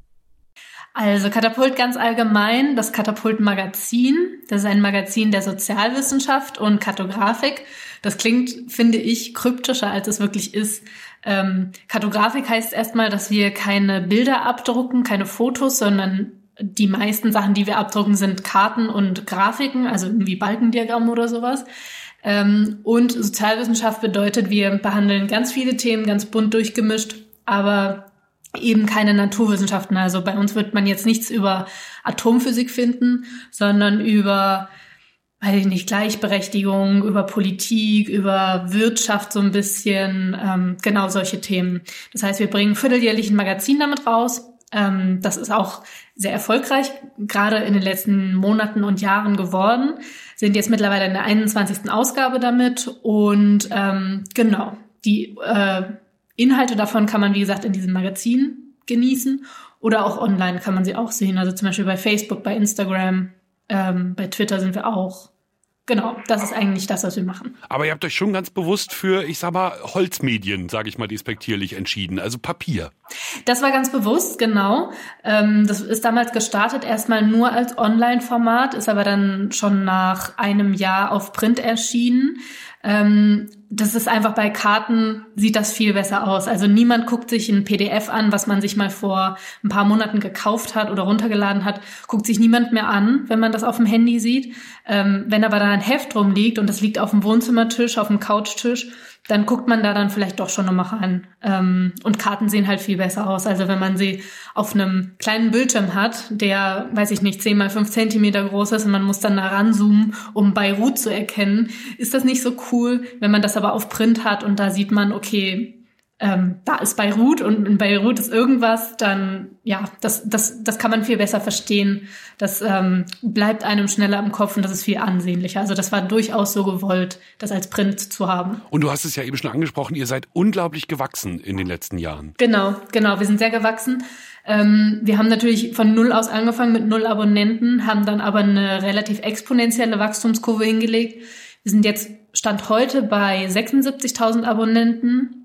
Also Katapult ganz allgemein, das Katapult-Magazin, das ist ein Magazin der Sozialwissenschaft und Kartografik. Das klingt, finde ich, kryptischer, als es wirklich ist. Ähm, Kartografik heißt erstmal, dass wir keine Bilder abdrucken, keine Fotos, sondern die meisten Sachen, die wir abdrucken, sind Karten und Grafiken, also irgendwie Balkendiagramm oder sowas. Ähm, und Sozialwissenschaft bedeutet, wir behandeln ganz viele Themen, ganz bunt durchgemischt, aber eben keine Naturwissenschaften. Also bei uns wird man jetzt nichts über Atomphysik finden, sondern über, weiß ich nicht, Gleichberechtigung, über Politik, über Wirtschaft so ein bisschen, ähm, genau solche Themen. Das heißt, wir bringen vierteljährlich ein Magazin damit raus. Ähm, das ist auch sehr erfolgreich, gerade in den letzten Monaten und Jahren geworden. Sind jetzt mittlerweile in der einundzwanzigsten Ausgabe damit und ähm, genau, die äh, Inhalte davon kann man, wie gesagt, in diesem Magazin genießen oder auch online kann man sie auch sehen. Also zum Beispiel bei Facebook, bei Instagram, ähm, bei Twitter sind wir auch. Genau, das ist eigentlich das, was wir machen. Aber ihr habt euch schon ganz bewusst für, ich sag mal, Holzmedien, sage ich mal despektierlich, entschieden, also Papier. Das war ganz bewusst, genau. Ähm, das ist damals gestartet, erstmal nur als Online-Format, ist aber dann schon nach einem Jahr auf Print erschienen. Ähm, das ist einfach bei Karten, sieht das viel besser aus. Also niemand guckt sich ein P D F an, was man sich mal vor ein paar Monaten gekauft hat oder runtergeladen hat, guckt sich niemand mehr an, wenn man das auf dem Handy sieht. Ähm, wenn aber dann ein Heft rumliegt und das liegt auf dem Wohnzimmertisch, auf dem Couchtisch, dann guckt man da dann vielleicht doch schon nochmal rein. Ähm, und Karten sehen halt viel besser aus. Also wenn man sie auf einem kleinen Bildschirm hat, der, weiß ich nicht, zehn mal fünf Zentimeter groß ist und man muss dann da ranzoomen, um Beirut zu erkennen, ist das nicht so cool. Wenn man das aber auf Print hat und da sieht man, okay, ähm, da ist Beirut und in Beirut ist irgendwas, dann, ja, das, das, das kann man viel besser verstehen. Das ähm, bleibt einem schneller im Kopf und das ist viel ansehnlicher. Also das war durchaus so gewollt, das als Print zu haben. Und du hast es ja eben schon angesprochen, ihr seid unglaublich gewachsen in den letzten Jahren. Genau, genau, wir sind sehr gewachsen. Ähm, wir haben natürlich von null aus angefangen mit null Abonnenten, haben dann aber eine relativ exponentielle Wachstumskurve hingelegt. Wir sind jetzt Stand heute bei sechsundsiebzigtausend Abonnenten.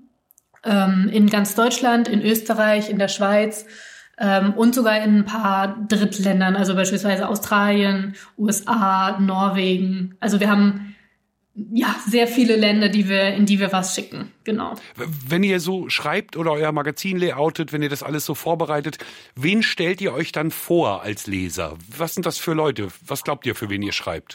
In ganz Deutschland, in Österreich, in der Schweiz ähm, und sogar in ein paar Drittländern, also beispielsweise Australien, U S A, Norwegen. Also wir haben ja sehr viele Länder, die wir, in die wir was schicken. Genau. Wenn ihr so schreibt oder euer Magazin layoutet, wenn ihr das alles so vorbereitet, wen stellt ihr euch dann vor als Leser? Was sind das für Leute? Was glaubt ihr, für wen ihr schreibt?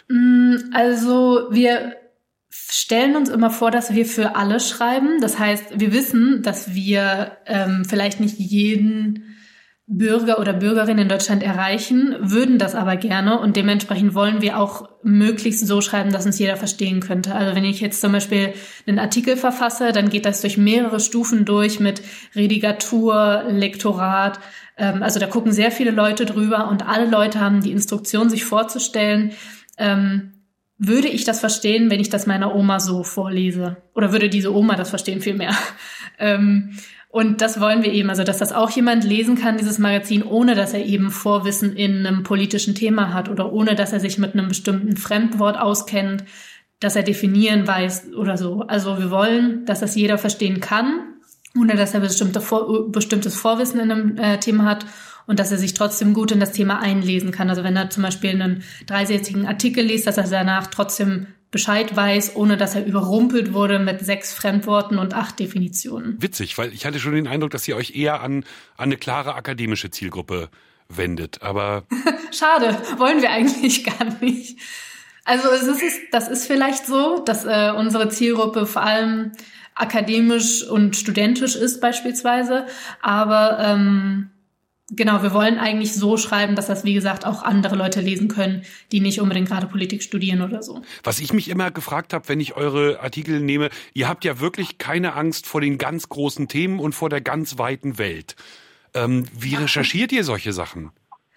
Also wir stellen uns immer vor, dass wir für alle schreiben. Das heißt, wir wissen, dass wir ähm, vielleicht nicht jeden Bürger oder Bürgerin in Deutschland erreichen, würden das aber gerne und dementsprechend wollen wir auch möglichst so schreiben, dass uns jeder verstehen könnte. Also wenn ich jetzt zum Beispiel einen Artikel verfasse, dann geht das durch mehrere Stufen durch mit Redigatur, Lektorat. Ähm, also da gucken sehr viele Leute drüber und alle Leute haben die Instruktion, sich vorzustellen, ähm, würde ich das verstehen, wenn ich das meiner Oma so vorlese? Oder würde diese Oma das verstehen vielmehr? ähm, und das wollen wir eben, also dass das auch jemand lesen kann, dieses Magazin, ohne dass er eben Vorwissen in einem politischen Thema hat oder ohne dass er sich mit einem bestimmten Fremdwort auskennt, dass er definieren weiß oder so. Also wir wollen, dass das jeder verstehen kann, ohne dass er bestimmte Vor- bestimmtes Vorwissen in einem äh, Thema hat. Und dass er sich trotzdem gut in das Thema einlesen kann. Also wenn er zum Beispiel einen dreisätzigen Artikel liest, dass er danach trotzdem Bescheid weiß, ohne dass er überrumpelt wurde mit sechs Fremdworten und acht Definitionen. Witzig, weil ich hatte schon den Eindruck, dass ihr euch eher an, an eine klare akademische Zielgruppe wendet. Aber schade, wollen wir eigentlich gar nicht. Also es ist, das ist vielleicht so, dass äh, unsere Zielgruppe vor allem akademisch und studentisch ist beispielsweise. Aber ähm, genau, wir wollen eigentlich so schreiben, dass das, wie gesagt, auch andere Leute lesen können, die nicht unbedingt gerade Politik studieren oder so. Was ich mich immer gefragt habe, wenn ich eure Artikel nehme, ihr habt ja wirklich keine Angst vor den ganz großen Themen und vor der ganz weiten Welt. Ähm, wie recherchiert ihr solche Sachen?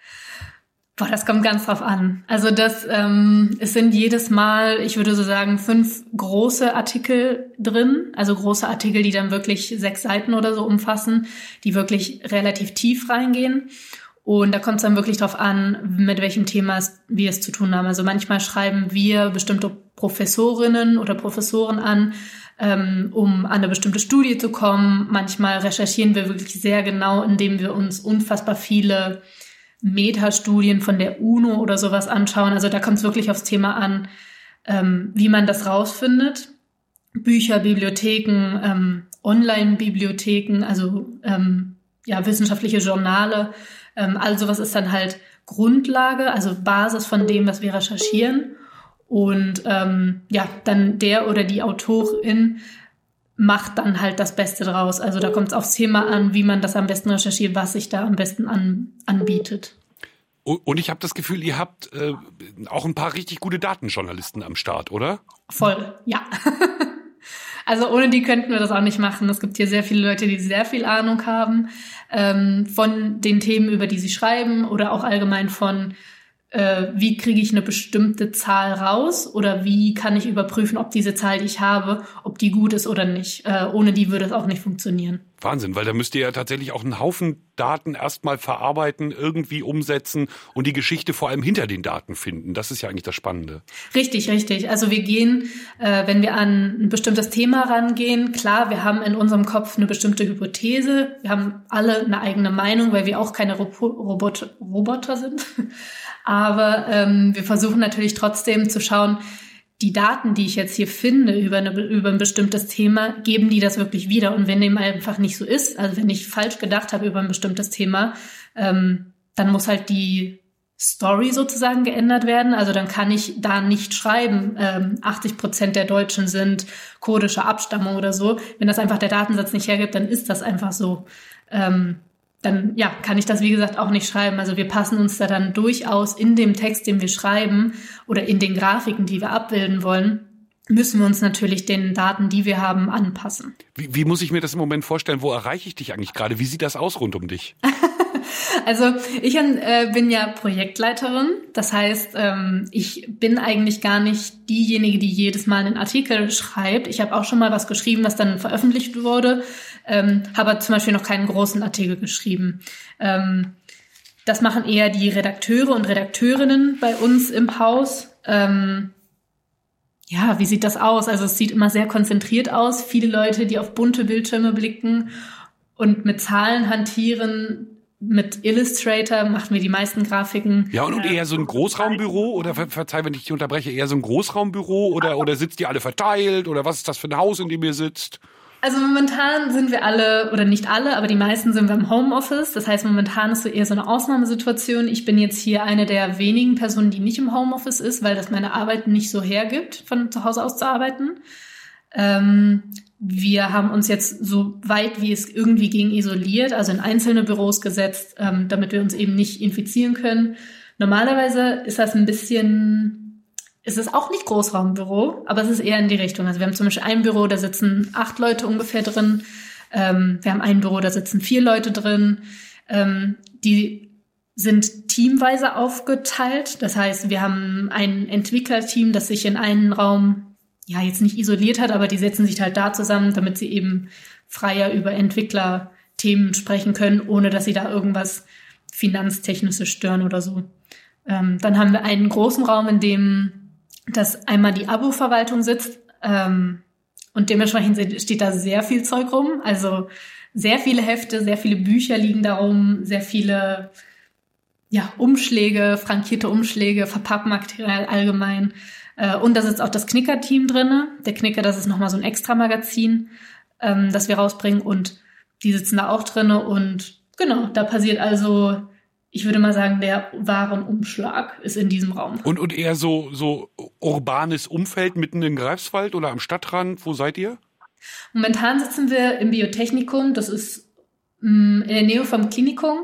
Boah, das kommt ganz drauf an. Also das, ähm, es sind jedes Mal, ich würde so sagen, fünf große Artikel drin, also große Artikel, die dann wirklich sechs Seiten oder so umfassen, die wirklich relativ tief reingehen. Und da kommt es dann wirklich drauf an, mit welchem Thema wir es zu tun haben. Also manchmal schreiben wir bestimmte Professorinnen oder Professoren an, ähm, um an eine bestimmte Studie zu kommen. Manchmal recherchieren wir wirklich sehr genau, indem wir uns unfassbar viele Metastudien von der UNO oder sowas anschauen. Also da kommt es wirklich aufs Thema an, ähm, wie man das rausfindet. Bücher, Bibliotheken, ähm, Online-Bibliotheken, also ähm, ja wissenschaftliche Journale. Ähm, all sowas ist dann halt Grundlage, also Basis von dem, was wir recherchieren. Und ähm, ja, dann der oder die Autorin macht dann halt das Beste draus. Also da kommt es aufs Thema an, wie man das am besten recherchiert, was sich da am besten an, anbietet. Und ich habe das Gefühl, ihr habt äh, auch ein paar richtig gute Datenjournalisten am Start, oder? Voll, ja. Also ohne die könnten wir das auch nicht machen. Es gibt hier sehr viele Leute, die sehr viel Ahnung haben ähm, von den Themen, über die sie schreiben oder auch allgemein von Äh, wie kriege ich eine bestimmte Zahl raus oder wie kann ich überprüfen, ob diese Zahl, die ich habe, ob die gut ist oder nicht. Äh, ohne die würde es auch nicht funktionieren. Wahnsinn, weil da müsst ihr ja tatsächlich auch einen Haufen Daten erstmal verarbeiten, irgendwie umsetzen und die Geschichte vor allem hinter den Daten finden. Das ist ja eigentlich das Spannende. Richtig, richtig. Also wir gehen, äh, wenn wir an ein bestimmtes Thema rangehen, klar, wir haben in unserem Kopf eine bestimmte Hypothese. Wir haben alle eine eigene Meinung, weil wir auch keine Robo- Robot- Roboter sind. Aber ähm, wir versuchen natürlich trotzdem zu schauen, die Daten, die ich jetzt hier finde über, eine, über ein bestimmtes Thema, geben die das wirklich wieder? Und wenn dem einfach nicht so ist, also wenn ich falsch gedacht habe über ein bestimmtes Thema, ähm, dann muss halt die Story sozusagen geändert werden. Also dann kann ich da nicht schreiben, ähm, achtzig Prozent der Deutschen sind kurdischer Abstammung oder so. Wenn das einfach der Datensatz nicht hergibt, dann ist das einfach so. Ähm, dann ja, kann ich das, wie gesagt, auch nicht schreiben. Also wir passen uns da dann durchaus in dem Text, den wir schreiben oder in den Grafiken, die wir abbilden wollen, müssen wir uns natürlich den Daten, die wir haben, anpassen. Wie, wie muss ich mir das im Moment vorstellen? Wo erreiche ich dich eigentlich gerade? Wie sieht das aus rund um dich? Also ich äh, bin ja Projektleiterin. Das heißt, ähm, ich bin eigentlich gar nicht diejenige, die jedes Mal einen Artikel schreibt. Ich habe auch schon mal was geschrieben, was dann veröffentlicht wurde, ähm, habe zum Beispiel noch keinen großen Artikel geschrieben. Ähm, das machen eher die Redakteure und Redakteurinnen bei uns im Haus. Ähm, ja, wie sieht das aus? Also es sieht immer sehr konzentriert aus. Viele Leute, die auf bunte Bildschirme blicken und mit Zahlen hantieren. Mit Illustrator machen wir die meisten Grafiken. Ja, und, und eher so ein Großraumbüro oder, ver, verzeih, wenn ich dich unterbreche, eher so ein Großraumbüro oder, oder sitzt ihr alle verteilt oder was ist das für ein Haus, in dem ihr sitzt? Also momentan sind wir alle, oder nicht alle, aber die meisten sind wir im Homeoffice. Das heißt, momentan ist so eher so eine Ausnahmesituation. Ich bin jetzt hier eine der wenigen Personen, die nicht im Homeoffice ist, weil das meine Arbeit nicht so hergibt, von zu Hause aus zu arbeiten. Ähm, wir haben uns jetzt so weit, wie es irgendwie ging, isoliert, also in einzelne Büros gesetzt, ähm, damit wir uns eben nicht infizieren können. Normalerweise ist das ein bisschen, ist es auch nicht Großraumbüro, aber es ist eher in die Richtung. Also wir haben zum Beispiel ein Büro, da sitzen acht Leute ungefähr drin. Ähm, wir haben ein Büro, da sitzen vier Leute drin. Ähm, die sind teamweise aufgeteilt. Das heißt, wir haben ein Entwicklerteam, das sich in einen Raum ja, jetzt nicht isoliert hat, aber die setzen sich halt da zusammen, damit sie eben freier über Entwicklerthemen sprechen können, ohne dass sie da irgendwas Finanztechnisches stören oder so. Ähm, dann haben wir einen großen Raum, in dem das einmal die Abo-Verwaltung sitzt, ähm, und dementsprechend steht da sehr viel Zeug rum, also sehr viele Hefte, sehr viele Bücher liegen da rum, sehr viele ja, Umschläge, frankierte Umschläge, Verpackmaterial allgemein. Und da sitzt auch das Knicker-Team drin. Der Knicker, das ist nochmal so ein Extra-Magazin, ähm, das wir rausbringen. Und die sitzen da auch drin. Und genau, da passiert also, ich würde mal sagen, der Warenumschlag ist in diesem Raum. Und, und eher so, so urbanes Umfeld mitten in Greifswald oder am Stadtrand? Wo seid ihr? Momentan sitzen wir im Biotechnikum. Das ist mh, in der Nähe vom Klinikum.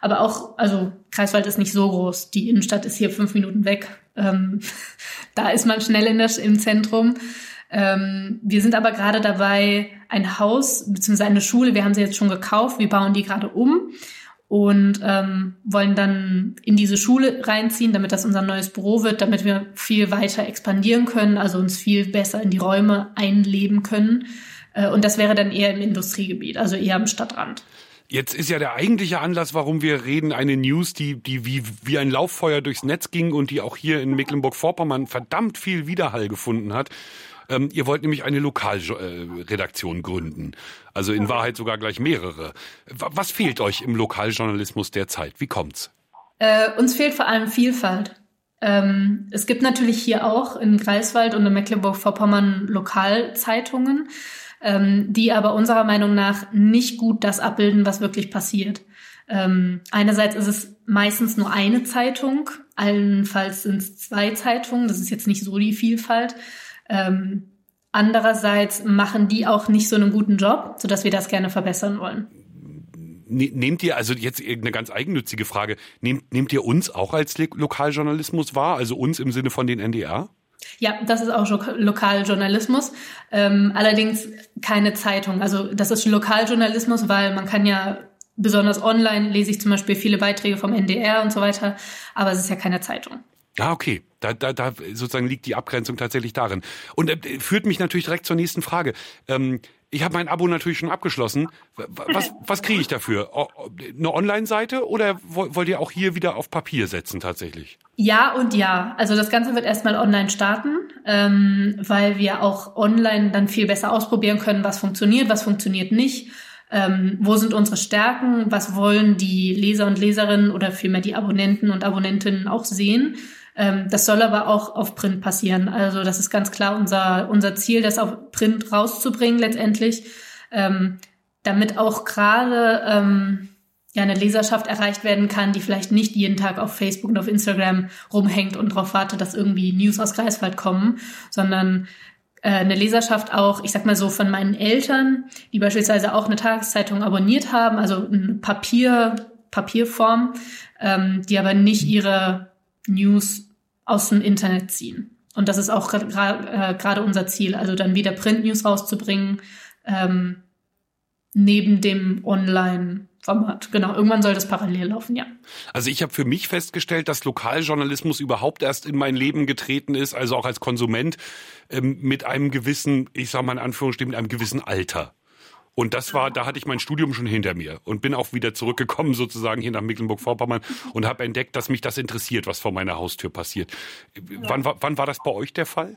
Aber auch, also Greifswald ist nicht so groß. Die Innenstadt ist hier fünf Minuten weg. Ähm, da ist man schnell in der, im Zentrum. Ähm, wir sind aber gerade dabei, ein Haus bzw. eine Schule, wir haben sie jetzt schon gekauft, wir bauen die gerade um und ähm, wollen dann in diese Schule reinziehen, damit das unser neues Büro wird, damit wir viel weiter expandieren können, also uns viel besser in die Räume einleben können. Äh, und das wäre dann eher im Industriegebiet, also eher am Stadtrand. Jetzt ist ja der eigentliche Anlass, warum wir reden, eine News, die, die wie, wie ein Lauffeuer durchs Netz ging und die auch hier in Mecklenburg-Vorpommern verdammt viel Widerhall gefunden hat. Ähm, ihr wollt nämlich eine Lokalredaktion gründen. Also in Wahrheit sogar gleich mehrere. Was fehlt euch im Lokaljournalismus derzeit? Wie kommt's? Äh, uns fehlt vor allem Vielfalt. Ähm, es gibt natürlich hier auch in Greifswald und in Mecklenburg-Vorpommern Lokalzeitungen, ähm, die aber unserer Meinung nach nicht gut das abbilden, was wirklich passiert. Ähm, einerseits ist es meistens nur eine Zeitung, allenfalls sind es zwei Zeitungen, das ist jetzt nicht so die Vielfalt. Ähm, andererseits machen die auch nicht so einen guten Job, sodass wir das gerne verbessern wollen. Nehmt ihr, also jetzt eine ganz eigennützige Frage, nehmt, nehmt ihr uns auch als Lokaljournalismus wahr, also uns im Sinne von den N D R? Ja, das ist auch Lokaljournalismus, ähm, allerdings keine Zeitung. Also das ist Lokaljournalismus, weil man kann ja, besonders online lese ich zum Beispiel viele Beiträge vom N D R und so weiter, aber es ist ja keine Zeitung. Ah, okay. Da, da, da sozusagen liegt die Abgrenzung tatsächlich darin. Und äh, führt mich natürlich direkt zur nächsten Frage. Ähm, ich habe mein Abo natürlich schon abgeschlossen. Was, was kriege ich dafür? Eine Online-Seite oder wollt ihr auch hier wieder auf Papier setzen tatsächlich? Ja und ja. Also das Ganze wird erstmal online starten, ähm, weil wir auch online dann viel besser ausprobieren können, was funktioniert, was funktioniert nicht. Ähm, wo sind unsere Stärken? Was wollen die Leser und Leserinnen oder vielmehr die Abonnenten und Abonnentinnen auch sehen? Ähm, das soll aber auch auf Print passieren. Also das ist ganz klar unser unser Ziel, das auf Print rauszubringen letztendlich, ähm, damit auch gerade ähm, ja eine Leserschaft erreicht werden kann, die vielleicht nicht jeden Tag auf Facebook und auf Instagram rumhängt und darauf wartet, dass irgendwie News aus Greifswald kommen, sondern äh, eine Leserschaft auch, ich sag mal so, von meinen Eltern, die beispielsweise auch eine Tageszeitung abonniert haben, also eine Papier, Papierform, ähm, die aber nicht ihre News aus dem Internet ziehen. Und das ist auch gerade äh, unser Ziel, also dann wieder Print-News rauszubringen, ähm, neben dem Online-Format. Genau, irgendwann soll das parallel laufen, ja. Also ich habe für mich festgestellt, dass Lokaljournalismus überhaupt erst in mein Leben getreten ist, also auch als Konsument, ähm, mit einem gewissen, ich sage mal in Anführungsstrichen, mit einem gewissen Alter. Und das war, da hatte ich mein Studium schon hinter mir und bin auch wieder zurückgekommen sozusagen hier nach Mecklenburg-Vorpommern und habe entdeckt, dass mich das interessiert, was vor meiner Haustür passiert. Ja. Wann, wann war das bei euch der Fall?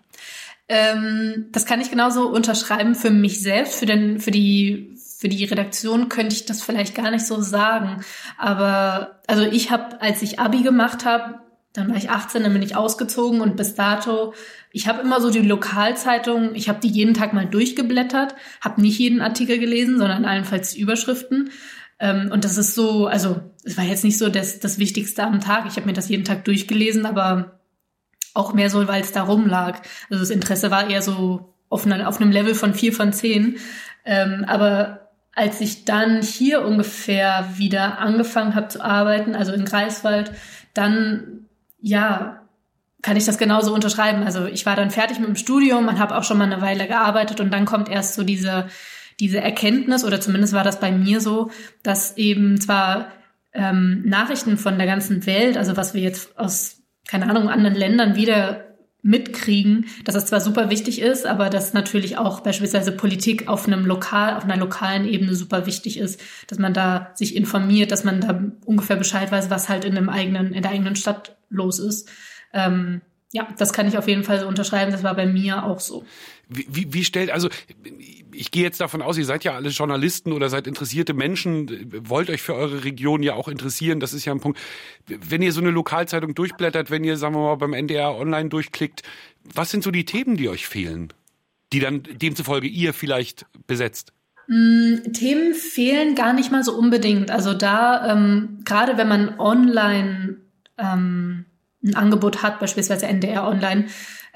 Ähm, das kann ich genauso unterschreiben für mich selbst. Für den, für die, für die Redaktion könnte ich das vielleicht gar nicht so sagen. Aber also ich habe, als ich Abi gemacht habe, dann war ich achtzehn, dann bin ich ausgezogen und bis dato, ich habe immer so die Lokalzeitung, ich habe die jeden Tag mal durchgeblättert, habe nicht jeden Artikel gelesen, sondern allenfalls die Überschriften. Ähm, und das ist so, also es war jetzt nicht so das, das Wichtigste am Tag. Ich habe mir das jeden Tag durchgelesen, aber auch mehr so, weil es da rumlag. Also das Interesse war eher so auf, einer, auf einem Level von vier von zehn. Ähm, aber als ich dann hier ungefähr wieder angefangen habe zu arbeiten, also in Greifswald, dann ja, kann ich das genauso unterschreiben. Also ich war dann fertig mit dem Studium, man habe auch schon mal eine Weile gearbeitet und dann kommt erst so diese diese Erkenntnis, oder zumindest war das bei mir so, dass eben zwar ähm, Nachrichten von der ganzen Welt, also was wir jetzt aus, keine Ahnung, anderen Ländern wieder mitkriegen, dass das zwar super wichtig ist, aber dass natürlich auch beispielsweise Politik auf einem lokal, auf einer lokalen Ebene super wichtig ist, dass man da sich informiert, dass man da ungefähr Bescheid weiß, was halt in dem eigenen, in der eigenen Stadt los ist. Ähm, ja, das kann ich auf jeden Fall so unterschreiben. Das war bei mir auch so. Wie, wie, wie stellt, also ich gehe jetzt davon aus, ihr seid ja alle Journalisten oder seid interessierte Menschen, wollt euch für eure Region ja auch interessieren, das ist ja ein Punkt. Wenn ihr so eine Lokalzeitung durchblättert, wenn ihr, sagen wir mal, beim N D R online durchklickt, was sind so die Themen, die euch fehlen, die dann demzufolge ihr vielleicht besetzt? Mm, Themen fehlen gar nicht mal so unbedingt. Also da, ähm, gerade wenn man online ähm, ein Angebot hat, beispielsweise N D R online,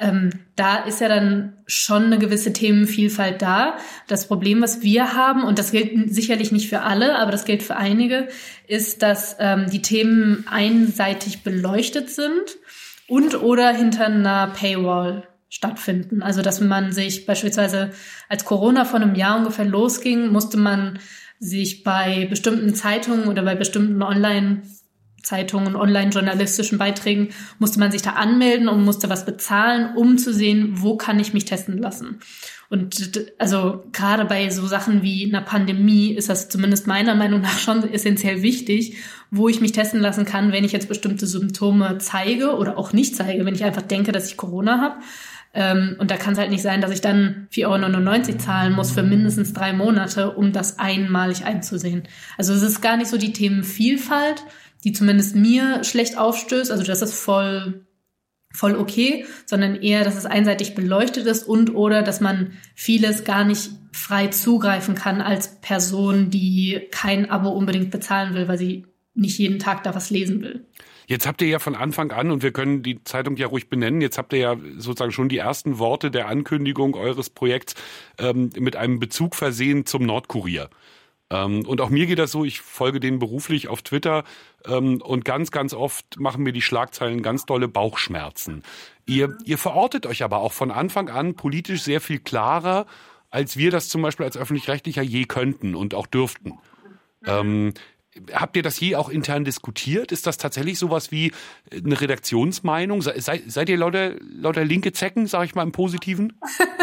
Ähm, da ist ja dann schon eine gewisse Themenvielfalt da. Das Problem, was wir haben, und das gilt sicherlich nicht für alle, aber das gilt für einige, ist, dass ähm, die Themen einseitig beleuchtet sind und oder hinter einer Paywall stattfinden. Also dass man sich beispielsweise, als Corona vor einem Jahr ungefähr losging, musste man sich bei bestimmten Zeitungen oder bei bestimmten Online-Zeitungen, online-journalistischen Beiträgen, musste man sich da anmelden und musste was bezahlen, um zu sehen, wo kann ich mich testen lassen. Und also gerade bei so Sachen wie einer Pandemie ist das zumindest meiner Meinung nach schon essentiell wichtig, wo ich mich testen lassen kann, wenn ich jetzt bestimmte Symptome zeige oder auch nicht zeige, wenn ich einfach denke, dass ich Corona habe. Ähm, und da kann es halt nicht sein, dass ich dann vier Euro neunundneunzig zahlen muss für mindestens drei Monate, um das einmalig einzusehen. Also es ist gar nicht so die Themenvielfalt, die zumindest mir schlecht aufstößt. Also das ist voll, voll okay, sondern eher, dass es einseitig beleuchtet ist und oder, dass man vieles gar nicht frei zugreifen kann als Person, die kein Abo unbedingt bezahlen will, weil sie nicht jeden Tag da was lesen will. Jetzt habt ihr ja von Anfang an, und wir können die Zeitung ja ruhig benennen, jetzt habt ihr ja sozusagen schon die ersten Worte der Ankündigung eures Projekts ähm, mit einem Bezug versehen zum Nordkurier. Ähm, und auch mir geht das so, ich folge denen beruflich auf Twitter ähm, und ganz, ganz oft machen mir die Schlagzeilen ganz dolle Bauchschmerzen. Ihr, ihr verortet euch aber auch von Anfang an politisch sehr viel klarer, als wir das zum Beispiel als Öffentlich-Rechtlicher je könnten und auch dürften. Ähm, Habt ihr das je auch intern diskutiert? Ist das tatsächlich sowas wie eine Redaktionsmeinung? Se, seid ihr lauter, lauter linke Zecken, sag ich mal im Positiven?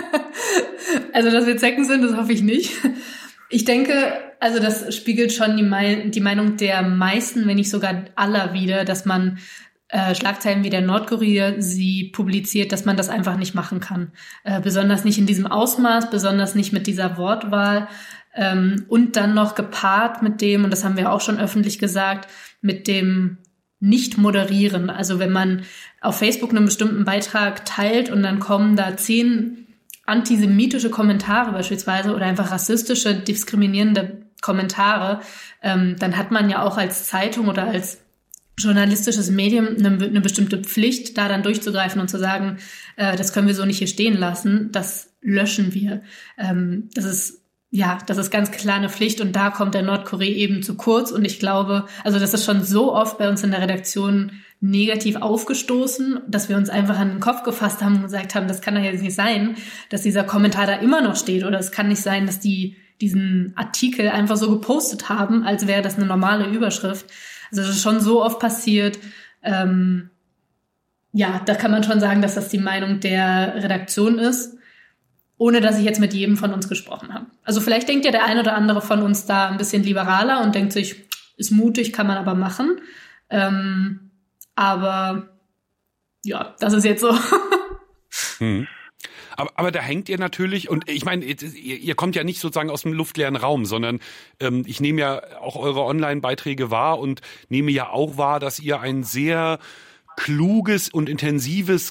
Also, dass wir Zecken sind, das hoffe ich nicht. Ich denke, also das spiegelt schon die, Me- die Meinung der meisten, wenn nicht sogar aller wider, dass man äh, Schlagzeilen wie der Nordkurier sie publiziert, dass man das einfach nicht machen kann. Äh, besonders nicht in diesem Ausmaß, besonders nicht mit dieser Wortwahl. Ähm, und dann noch gepaart mit dem, und das haben wir auch schon öffentlich gesagt, mit dem Nicht-Moderieren. Also wenn man auf Facebook einen bestimmten Beitrag teilt und dann kommen da zehn antisemitische Kommentare beispielsweise oder einfach rassistische, diskriminierende Kommentare, ähm, dann hat man ja auch als Zeitung oder als journalistisches Medium eine, eine bestimmte Pflicht, da dann durchzugreifen und zu sagen, äh, das können wir so nicht hier stehen lassen, das löschen wir. Ähm, das ist Ja, das ist ganz klar eine Pflicht und da kommt der Nordkurier eben zu kurz und ich glaube, also das ist schon so oft bei uns in der Redaktion negativ aufgestoßen, dass wir uns einfach an den Kopf gefasst haben und gesagt haben, das kann doch jetzt nicht sein, dass dieser Kommentar da immer noch steht oder es kann nicht sein, dass die diesen Artikel einfach so gepostet haben, als wäre das eine normale Überschrift. Also das ist schon so oft passiert. Ähm, ja, da kann man schon sagen, dass das die Meinung der Redaktion ist. Ohne dass ich jetzt mit jedem von uns gesprochen habe. Also vielleicht denkt ja der ein oder andere von uns da ein bisschen liberaler und denkt sich, ist mutig, kann man aber machen. Ähm, aber ja, das ist jetzt so. Hm. Aber, aber da hängt ihr natürlich, und ich meine, ihr, ihr kommt ja nicht sozusagen aus dem luftleeren Raum, sondern ähm, ich nehme ja auch eure Online-Beiträge wahr und nehme ja auch wahr, dass ihr ein sehr kluges und intensives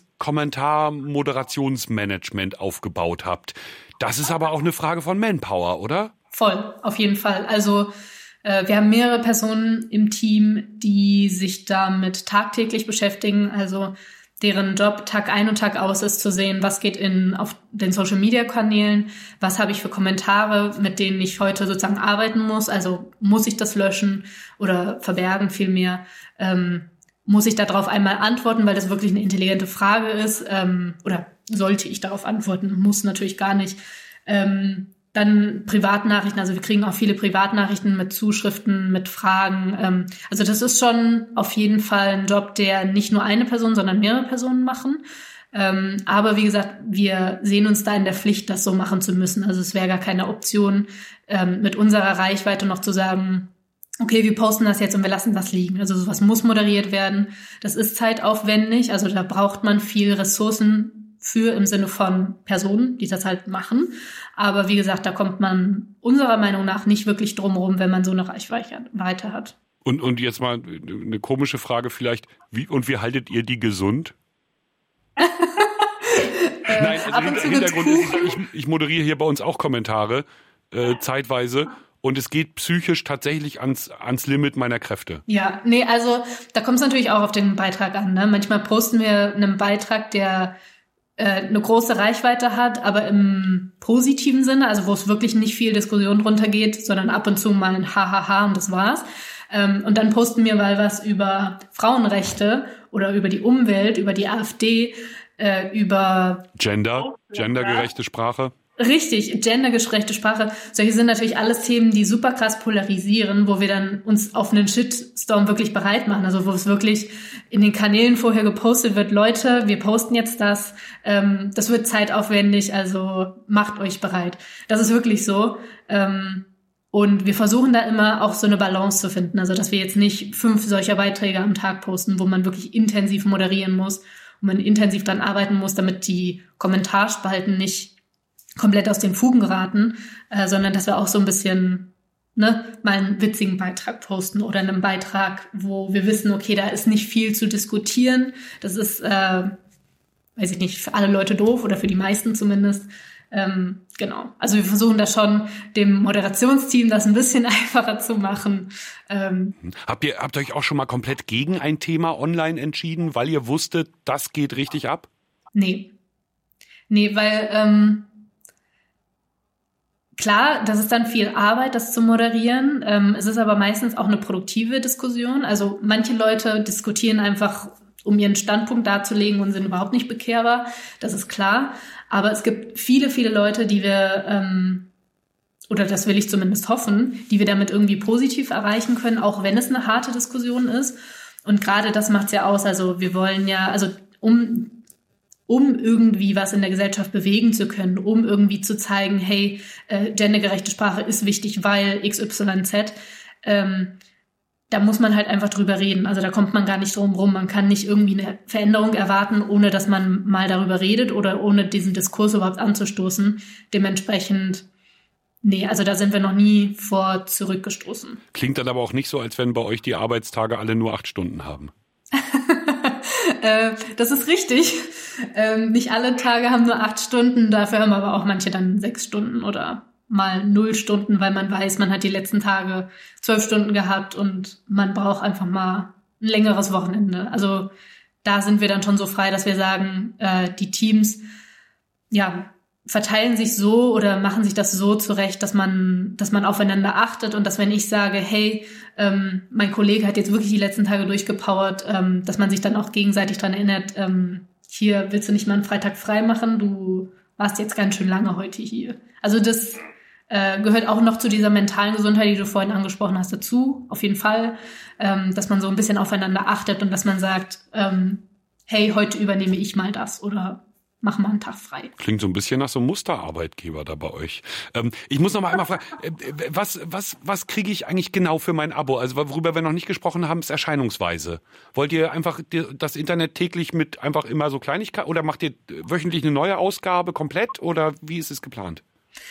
Kommentar-Moderationsmanagement aufgebaut habt. Das ist aber auch eine Frage von Manpower, oder? Voll, auf jeden Fall. Also äh, wir haben mehrere Personen im Team, die sich damit tagtäglich beschäftigen, also deren Job Tag ein und Tag aus ist, zu sehen, was geht in auf den Social-Media-Kanälen, was habe ich für Kommentare, mit denen ich heute sozusagen arbeiten muss, also muss ich das löschen oder verbergen vielmehr, ähm, muss ich darauf einmal antworten, weil das wirklich eine intelligente Frage ist, ähm, oder sollte ich darauf antworten, muss natürlich gar nicht. Ähm, dann Privatnachrichten, also wir kriegen auch viele Privatnachrichten mit Zuschriften, mit Fragen. Ähm, also das ist schon auf jeden Fall ein Job, der nicht nur eine Person, sondern mehrere Personen machen. Ähm, aber wie gesagt, wir sehen uns da in der Pflicht, das so machen zu müssen. Also es wäre gar keine Option, ähm, mit unserer Reichweite noch zu sagen, okay, wir posten das jetzt und wir lassen das liegen. Also sowas muss moderiert werden. Das ist zeitaufwendig, also da braucht man viel Ressourcen für im Sinne von Personen, die das halt machen. Aber wie gesagt, da kommt man unserer Meinung nach nicht wirklich drum rum, wenn man so eine Reichweite hat. Und, und jetzt mal eine komische Frage vielleicht. Wie, und wie haltet ihr die gesund? äh, Nein, also hinter, Hintergrund ist, ich, ich moderiere hier bei uns auch Kommentare, äh, zeitweise. Und es geht psychisch tatsächlich ans, ans Limit meiner Kräfte. Ja, nee, also da kommt es natürlich auch auf den Beitrag an. Ne? Manchmal posten wir einen Beitrag, der eine große Reichweite hat, aber im positiven Sinne, also wo es wirklich nicht viel Diskussion drunter geht, sondern ab und zu mal ein Hahaha und das war's. Und dann posten wir mal was über Frauenrechte oder über die Umwelt, über die AfD, über Gender, gendergerechte Sprache. Richtig, gendergerechte Sprache. Solche sind natürlich alles Themen, die super krass polarisieren, wo wir dann uns auf einen Shitstorm wirklich bereit machen. Also wo es wirklich in den Kanälen vorher gepostet wird, Leute, wir posten jetzt das, ähm, das wird zeitaufwendig, also macht euch bereit. Das ist wirklich so. Ähm, und wir versuchen da immer auch so eine Balance zu finden. Also dass wir jetzt nicht fünf solcher Beiträge am Tag posten, wo man wirklich intensiv moderieren muss, wo man intensiv dran arbeiten muss, damit die Kommentarspalten nicht komplett aus den Fugen geraten, äh, sondern dass wir auch so ein bisschen ne, mal einen witzigen Beitrag posten oder einen Beitrag, wo wir wissen, okay, da ist nicht viel zu diskutieren. Das ist, äh, weiß ich nicht, für alle Leute doof oder für die meisten zumindest. Ähm, genau. Also wir versuchen da schon dem Moderationsteam das ein bisschen einfacher zu machen. Ähm, habt ihr habt ihr euch auch schon mal komplett gegen ein Thema online entschieden, weil ihr wusstet, das geht richtig ab? Nee. Nee, weil ähm, klar, das ist dann viel Arbeit, das zu moderieren. Ähm, es ist aber meistens auch eine produktive Diskussion. Also manche Leute diskutieren einfach, um ihren Standpunkt darzulegen und sind überhaupt nicht bekehrbar. Das ist klar. Aber es gibt viele, viele Leute, die wir, ähm, oder das will ich zumindest hoffen, die wir damit irgendwie positiv erreichen können, auch wenn es eine harte Diskussion ist. Und gerade das macht's ja aus. Also wir wollen ja, also um um irgendwie was in der Gesellschaft bewegen zu können, um irgendwie zu zeigen, hey, äh, gendergerechte Sprache ist wichtig, weil X Y Z, ähm, da muss man halt einfach drüber reden. Also da kommt man gar nicht drum rum. Man kann nicht irgendwie eine Veränderung erwarten, ohne dass man mal darüber redet oder ohne diesen Diskurs überhaupt anzustoßen. Dementsprechend, nee, also da sind wir noch nie vor zurückgestoßen. Klingt dann aber auch nicht so, als wenn bei euch die Arbeitstage alle nur acht Stunden haben. Äh, das ist richtig. Ähm, nicht alle Tage haben nur acht Stunden, dafür haben aber auch manche dann sechs Stunden oder mal null Stunden, weil man weiß, man hat die letzten Tage zwölf Stunden gehabt und man braucht einfach mal ein längeres Wochenende. Also da sind wir dann schon so frei, dass wir sagen, äh, die Teams ja verteilen sich so oder machen sich das so zurecht, dass man, dass man aufeinander achtet und dass wenn ich sage, hey, ähm, mein Kollege hat jetzt wirklich die letzten Tage durchgepowert, ähm, dass man sich dann auch gegenseitig dran erinnert, ähm, hier willst du nicht mal einen Freitag frei machen, du warst jetzt ganz schön lange heute hier. Also das äh, gehört auch noch zu dieser mentalen Gesundheit, die du vorhin angesprochen hast, dazu, auf jeden Fall, ähm, dass man so ein bisschen aufeinander achtet und dass man sagt, ähm, hey, heute übernehme ich mal das oder mach mal einen Tag frei. Klingt so ein bisschen nach so einem Musterarbeitgeber da bei euch. Ähm, ich muss noch mal einmal fragen, äh, was, was, was kriege ich eigentlich genau für mein Abo? Also worüber wir noch nicht gesprochen haben, ist Erscheinungsweise. Wollt ihr einfach das Internet täglich mit einfach immer so Kleinigkeiten oder macht ihr wöchentlich eine neue Ausgabe komplett oder wie ist es geplant?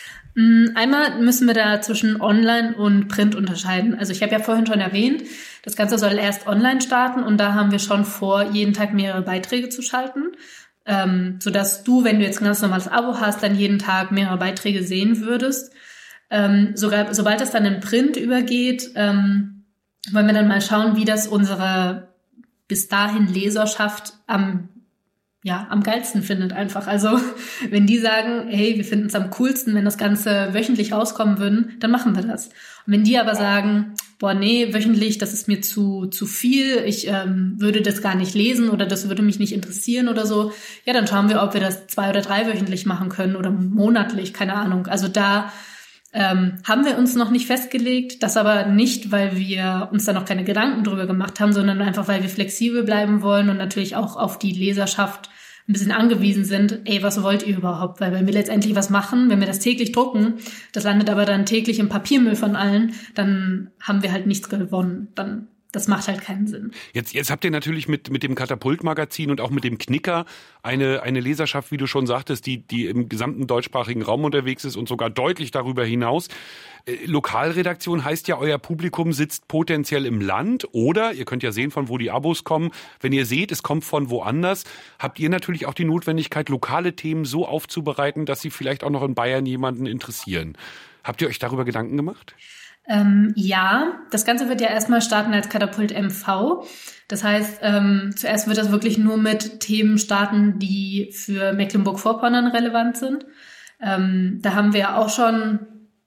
Einmal müssen wir da zwischen Online und Print unterscheiden. Also ich habe ja vorhin schon erwähnt, das Ganze soll erst online starten und da haben wir schon vor, jeden Tag mehrere Beiträge zu schalten. Ähm, sodass du, wenn du jetzt ein ganz normales Abo hast, dann jeden Tag mehrere Beiträge sehen würdest. Ähm, sogar, sobald das dann in Print übergeht, ähm, wollen wir dann mal schauen, wie das unsere bis dahin Leserschaft am ja am geilsten findet einfach. Also wenn die sagen, hey, wir finden es am coolsten, wenn das Ganze wöchentlich rauskommen würden, dann machen wir das. Und wenn die aber sagen, boah, nee, wöchentlich, das ist mir zu zu viel, ich ähm, würde das gar nicht lesen oder das würde mich nicht interessieren oder so, ja, dann schauen wir, ob wir das zwei- oder dreiwöchentlich machen können oder monatlich, keine Ahnung. Also da ähm, haben wir uns noch nicht festgelegt, das aber nicht, weil wir uns da noch keine Gedanken drüber gemacht haben, sondern einfach, weil wir flexibel bleiben wollen und natürlich auch auf die Leserschaft ein bisschen angewiesen sind, ey, was wollt ihr überhaupt? Weil wenn wir letztendlich was machen, wenn wir das täglich drucken, das landet aber dann täglich im Papiermüll von allen, dann haben wir halt nichts gewonnen. Dann, das macht halt keinen Sinn. Jetzt, jetzt habt ihr natürlich mit, mit dem Katapult-Magazin und auch mit dem Knicker eine, eine Leserschaft, wie du schon sagtest, die, die im gesamten deutschsprachigen Raum unterwegs ist und sogar deutlich darüber hinaus. Äh, Lokalredaktion heißt ja, euer Publikum sitzt potenziell im Land oder, ihr könnt ja sehen, von wo die Abos kommen, wenn ihr seht, es kommt von woanders, habt ihr natürlich auch die Notwendigkeit, lokale Themen so aufzubereiten, dass sie vielleicht auch noch in Bayern jemanden interessieren. Habt ihr euch darüber Gedanken gemacht? Ähm, ja, das Ganze wird ja erstmal starten als Katapult M V. Das heißt, ähm, zuerst wird das wirklich nur mit Themen starten, die für Mecklenburg-Vorpommern relevant sind. Ähm, da haben wir ja auch schon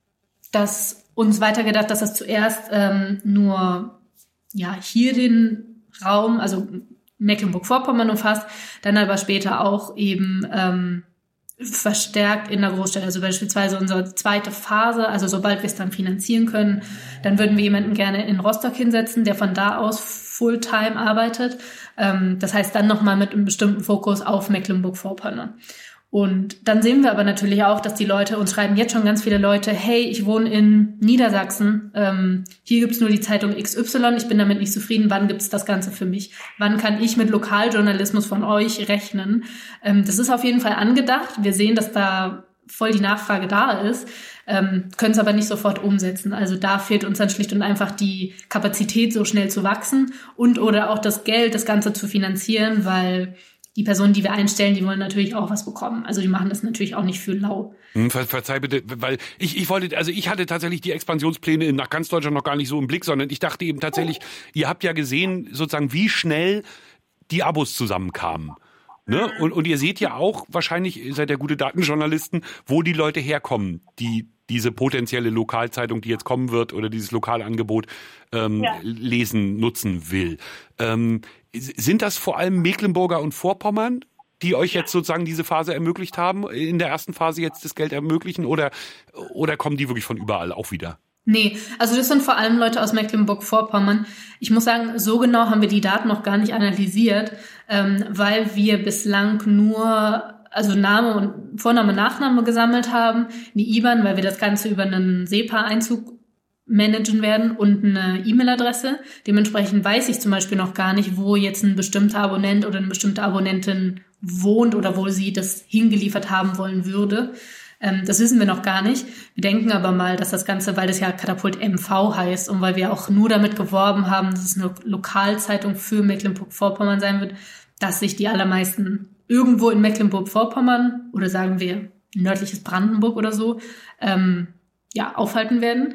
das uns weitergedacht, dass das zuerst ähm, nur ja hier den Raum, also Mecklenburg-Vorpommern umfasst, dann aber später auch eben ähm, verstärkt in der Großstadt. Also beispielsweise unsere zweite Phase, also sobald wir es dann finanzieren können, dann würden wir jemanden gerne in Rostock hinsetzen, der von da aus Fulltime arbeitet. Ähm, das heißt dann nochmal mit einem bestimmten Fokus auf Mecklenburg-Vorpommern. Und dann sehen wir aber natürlich auch, dass die Leute, uns schreiben jetzt schon ganz viele Leute, hey, ich wohne in Niedersachsen, ähm, hier gibt's nur die Zeitung X Y, ich bin damit nicht zufrieden, wann gibt's das Ganze für mich? Wann kann ich mit Lokaljournalismus von euch rechnen? Ähm, das ist auf jeden Fall angedacht. Wir sehen, dass da voll die Nachfrage da ist, ähm, können es aber nicht sofort umsetzen. Also da fehlt uns dann schlicht und einfach die Kapazität, so schnell zu wachsen und oder auch das Geld, das Ganze zu finanzieren, weil die Personen, die wir einstellen, die wollen natürlich auch was bekommen. Also die machen das natürlich auch nicht für lau. Hm, ver verzeih bitte, weil ich, ich wollte, also ich hatte tatsächlich die Expansionspläne nach ganz Deutschland noch gar nicht so im Blick, sondern ich dachte eben tatsächlich, oh. ihr habt ja gesehen, sozusagen, wie schnell die Abos zusammenkamen. Ne? Und, und ihr seht ja auch, wahrscheinlich, ihr seid ja gute Datenjournalisten, wo die Leute herkommen, die diese potenzielle Lokalzeitung, die jetzt kommen wird, oder dieses Lokalangebot ähm, ja. lesen, nutzen will. Ähm, sind das vor allem Mecklenburger und Vorpommern, die euch jetzt sozusagen diese Phase ermöglicht haben, in der ersten Phase jetzt das Geld ermöglichen, oder, oder kommen die wirklich von überall auch wieder? Nee, also das sind vor allem Leute aus Mecklenburg-Vorpommern. Ich muss sagen, so genau haben wir die Daten noch gar nicht analysiert, ähm, weil wir bislang nur also Name und Vorname, Nachname gesammelt haben, eine I B A N, weil wir das Ganze über einen SEPA-Einzug managen werden und eine E-Mail-Adresse. Dementsprechend weiß ich zum Beispiel noch gar nicht, wo jetzt ein bestimmter Abonnent oder eine bestimmte Abonnentin wohnt oder wo sie das hingeliefert haben wollen würde. Ähm, das wissen wir noch gar nicht. Wir denken aber mal, dass das Ganze, weil das ja Katapult M V heißt und weil wir auch nur damit geworben haben, dass es eine Lokalzeitung für Mecklenburg-Vorpommern sein wird, dass sich die allermeisten irgendwo in Mecklenburg-Vorpommern oder sagen wir nördliches Brandenburg oder so ähm, ja aufhalten werden.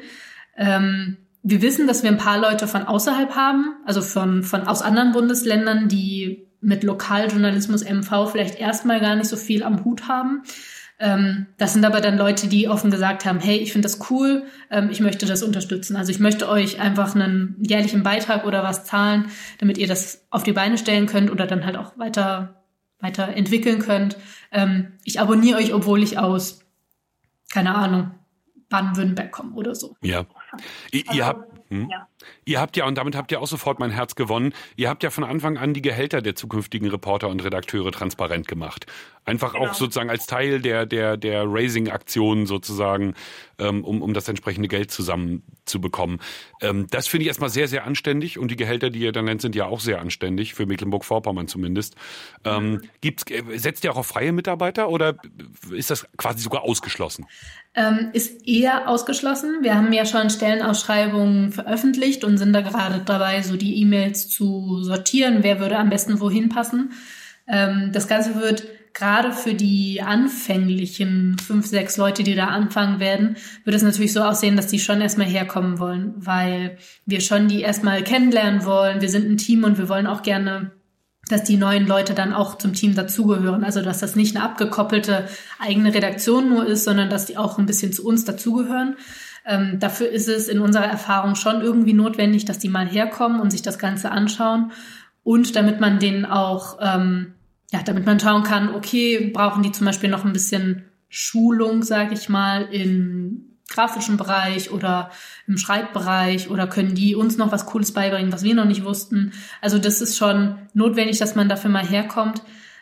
Ähm, wir wissen, dass wir ein paar Leute von außerhalb haben, also von von aus anderen Bundesländern, die mit Lokaljournalismus M V vielleicht erstmal gar nicht so viel am Hut haben. Ähm, das sind aber dann Leute, die offen gesagt haben, hey, ich finde das cool, ähm, ich möchte das unterstützen. Also ich möchte euch einfach einen jährlichen Beitrag oder was zahlen, damit ihr das auf die Beine stellen könnt oder dann halt auch weiter weiter entwickeln könnt. Ähm, ich abonniere euch, obwohl ich aus, keine Ahnung, Baden-Württemberg komme oder so. Ja. Ihr, also, ihr habt, hm? ja. Ihr habt ja, und damit habt ihr auch sofort mein Herz gewonnen, ihr habt ja von Anfang an die Gehälter der zukünftigen Reporter und Redakteure transparent gemacht. Einfach genau. Auch sozusagen als Teil der der der Raising-Aktion sozusagen, ähm, um um das entsprechende Geld zusammenzubekommen. Ähm, das finde ich erstmal sehr, sehr anständig, und die Gehälter, die ihr dann nennt, sind ja auch sehr anständig, für Mecklenburg-Vorpommern zumindest. Ähm, mhm. gibt's, setzt ihr auch auf freie Mitarbeiter, oder ist das quasi sogar ausgeschlossen? Ähm, ist eher ausgeschlossen. Wir haben ja schon Stellenausschreibungen veröffentlicht und sind da gerade dabei, so die E-Mails zu sortieren, wer würde am besten wohin passen. Ähm, das Ganze wird gerade für die anfänglichen fünf, sechs Leute, die da anfangen werden, wird es natürlich so aussehen, dass die schon erstmal herkommen wollen, weil wir schon die erstmal kennenlernen wollen. Wir sind ein Team und wir wollen auch gerne, dass die neuen Leute dann auch zum Team dazugehören. Also dass das nicht eine abgekoppelte eigene Redaktion nur ist, sondern dass die auch ein bisschen zu uns dazugehören. Ähm, dafür ist es in unserer Erfahrung schon irgendwie notwendig, dass die mal herkommen und sich das Ganze anschauen. Und damit man denen auch, ähm, ja, damit man schauen kann, okay, brauchen die zum Beispiel noch ein bisschen Schulung, sage ich mal, im grafischen Bereich oder im Schreibbereich, oder können die uns noch was Cooles beibringen, was wir noch nicht wussten. Also das ist schon notwendig, dass man dafür mal herkommt.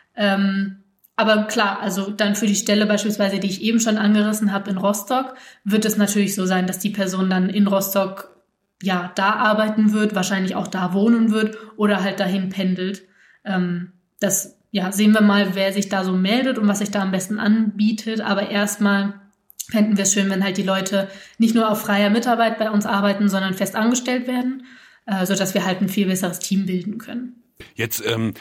Ähm, aber klar, also dann für die Stelle beispielsweise, die ich eben schon angerissen habe in Rostock, wird es natürlich so sein, dass die Person dann in Rostock ja da arbeiten wird, wahrscheinlich auch da wohnen wird oder halt dahin pendelt. Ähm, das ja sehen wir mal, wer sich da so meldet und was sich da am besten anbietet. Aber erstmal fänden wir es schön, wenn halt die Leute nicht nur auf freier Mitarbeit bei uns arbeiten, sondern fest angestellt werden, äh, sodass wir halt ein viel besseres Team bilden können. Jetzt ähm,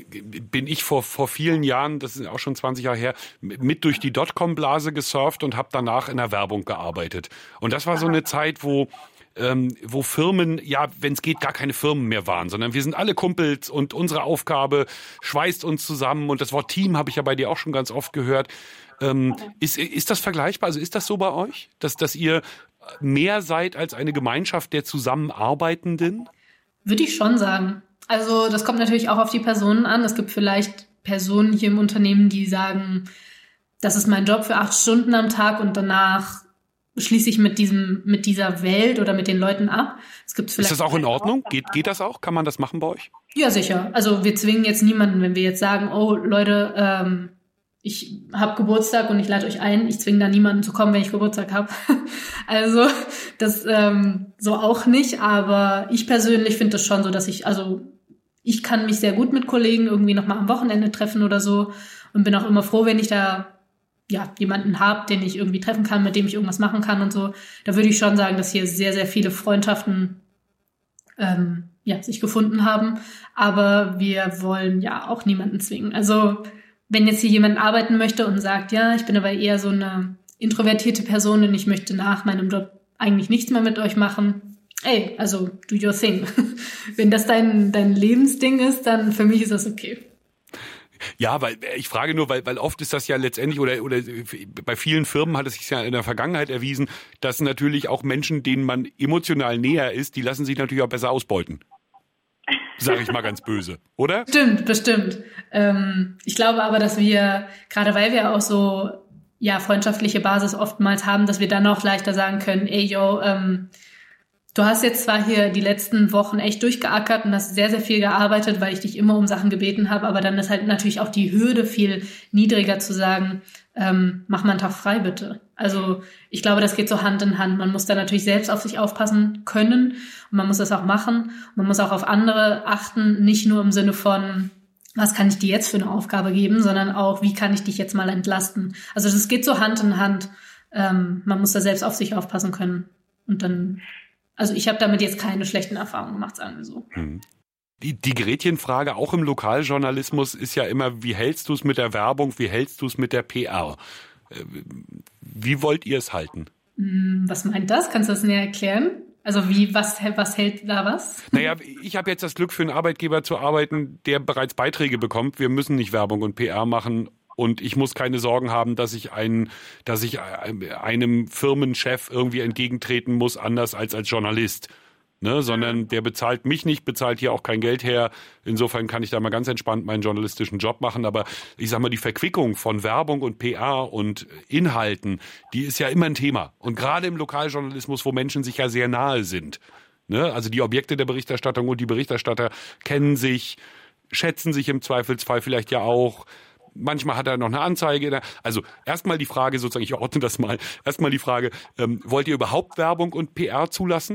bin ich vor vor vielen Jahren, das ist auch schon zwanzig Jahre her, mit durch die Dotcom-Blase gesurft und habe danach in der Werbung gearbeitet. Und das war so eine Zeit, wo ähm, wo Firmen, ja, wenn es geht, gar keine Firmen mehr waren, sondern wir sind alle Kumpels und unsere Aufgabe schweißt uns zusammen und das Wort Team habe ich ja bei dir auch schon ganz oft gehört. Ähm, ist, ist das vergleichbar? Also ist das so bei euch, dass, dass ihr mehr seid als eine Gemeinschaft der Zusammenarbeitenden? Würde ich schon sagen. Also das kommt natürlich auch auf die Personen an. Es gibt vielleicht Personen hier im Unternehmen, die sagen, das ist mein Job für acht Stunden am Tag und danach schließe ich mit diesem, mit dieser Welt oder mit den Leuten ab. Es gibt vielleicht ist das auch in Ordnung? Geht, geht das auch? Kann man das machen bei euch? Ja, sicher. Also wir zwingen jetzt niemanden, wenn wir jetzt sagen, oh Leute, ähm, ich habe Geburtstag und ich lade euch ein. Ich zwinge da niemanden zu kommen, wenn ich Geburtstag habe. Also das ähm, so auch nicht. Aber ich persönlich finde das schon so, dass ich, also ich kann mich sehr gut mit Kollegen irgendwie nochmal am Wochenende treffen oder so und bin auch immer froh, wenn ich da ja jemanden habe, den ich irgendwie treffen kann, mit dem ich irgendwas machen kann und so. Da würde ich schon sagen, dass hier sehr, sehr viele Freundschaften ähm, ja sich gefunden haben. Aber wir wollen ja auch niemanden zwingen. Also wenn jetzt hier jemand arbeiten möchte und sagt, ja, ich bin aber eher so eine introvertierte Person und ich möchte nach meinem Job eigentlich nichts mehr mit euch machen, ey, also do your thing. Wenn das dein, dein Lebensding ist, dann für mich ist das okay. Ja, weil ich frage nur, weil, weil oft ist das ja letztendlich oder, oder bei vielen Firmen hat es sich ja in der Vergangenheit erwiesen, dass natürlich auch Menschen, denen man emotional näher ist, die lassen sich natürlich auch besser ausbeuten. Sag ich mal ganz böse, oder? Stimmt, bestimmt. Ähm, ich glaube aber, dass wir, gerade weil wir auch so ja freundschaftliche Basis oftmals haben, dass wir dann auch leichter sagen können, ey, yo, ähm, du hast jetzt zwar hier die letzten Wochen echt durchgeackert und hast sehr, sehr viel gearbeitet, weil ich dich immer um Sachen gebeten habe, aber dann ist halt natürlich auch die Hürde viel niedriger zu sagen, ähm, mach mal einen Tag frei bitte. Also ich glaube, das geht so Hand in Hand. Man muss da natürlich selbst auf sich aufpassen können und man muss das auch machen. Man muss auch auf andere achten, nicht nur im Sinne von, was kann ich dir jetzt für eine Aufgabe geben, sondern auch, wie kann ich dich jetzt mal entlasten. Also das geht so Hand in Hand. Ähm, man muss da selbst auf sich aufpassen können. Und dann, also ich habe damit jetzt keine schlechten Erfahrungen gemacht, sagen wir so. Hm. Die, die Gretchenfrage auch im Lokaljournalismus ist ja immer, wie hältst du es mit der Werbung, wie hältst du es mit der P R? Wie wollt ihr es halten? Was meint das? Kannst du das näher erklären? Also wie, was, was hält da was? Naja, ich habe jetzt das Glück, für einen Arbeitgeber zu arbeiten, der bereits Beiträge bekommt. Wir müssen nicht Werbung und P R machen. Und ich muss keine Sorgen haben, dass ich einen, dass ich einem Firmenchef irgendwie entgegentreten muss, anders als als Journalist. Ne, sondern der bezahlt mich nicht, bezahlt hier auch kein Geld her. Insofern kann ich da mal ganz entspannt meinen journalistischen Job machen. Aber ich sag mal, die Verquickung von Werbung und P R und Inhalten, die ist ja immer ein Thema. Und gerade im Lokaljournalismus, wo Menschen sich ja sehr nahe sind. Ne, also die Objekte der Berichterstattung und die Berichterstatter kennen sich, schätzen sich im Zweifelsfall vielleicht ja auch. Manchmal hat er noch eine Anzeige. Also erstmal die Frage, sozusagen, ich ordne das mal, erstmal die Frage, ähm, wollt ihr überhaupt Werbung und P R zulassen?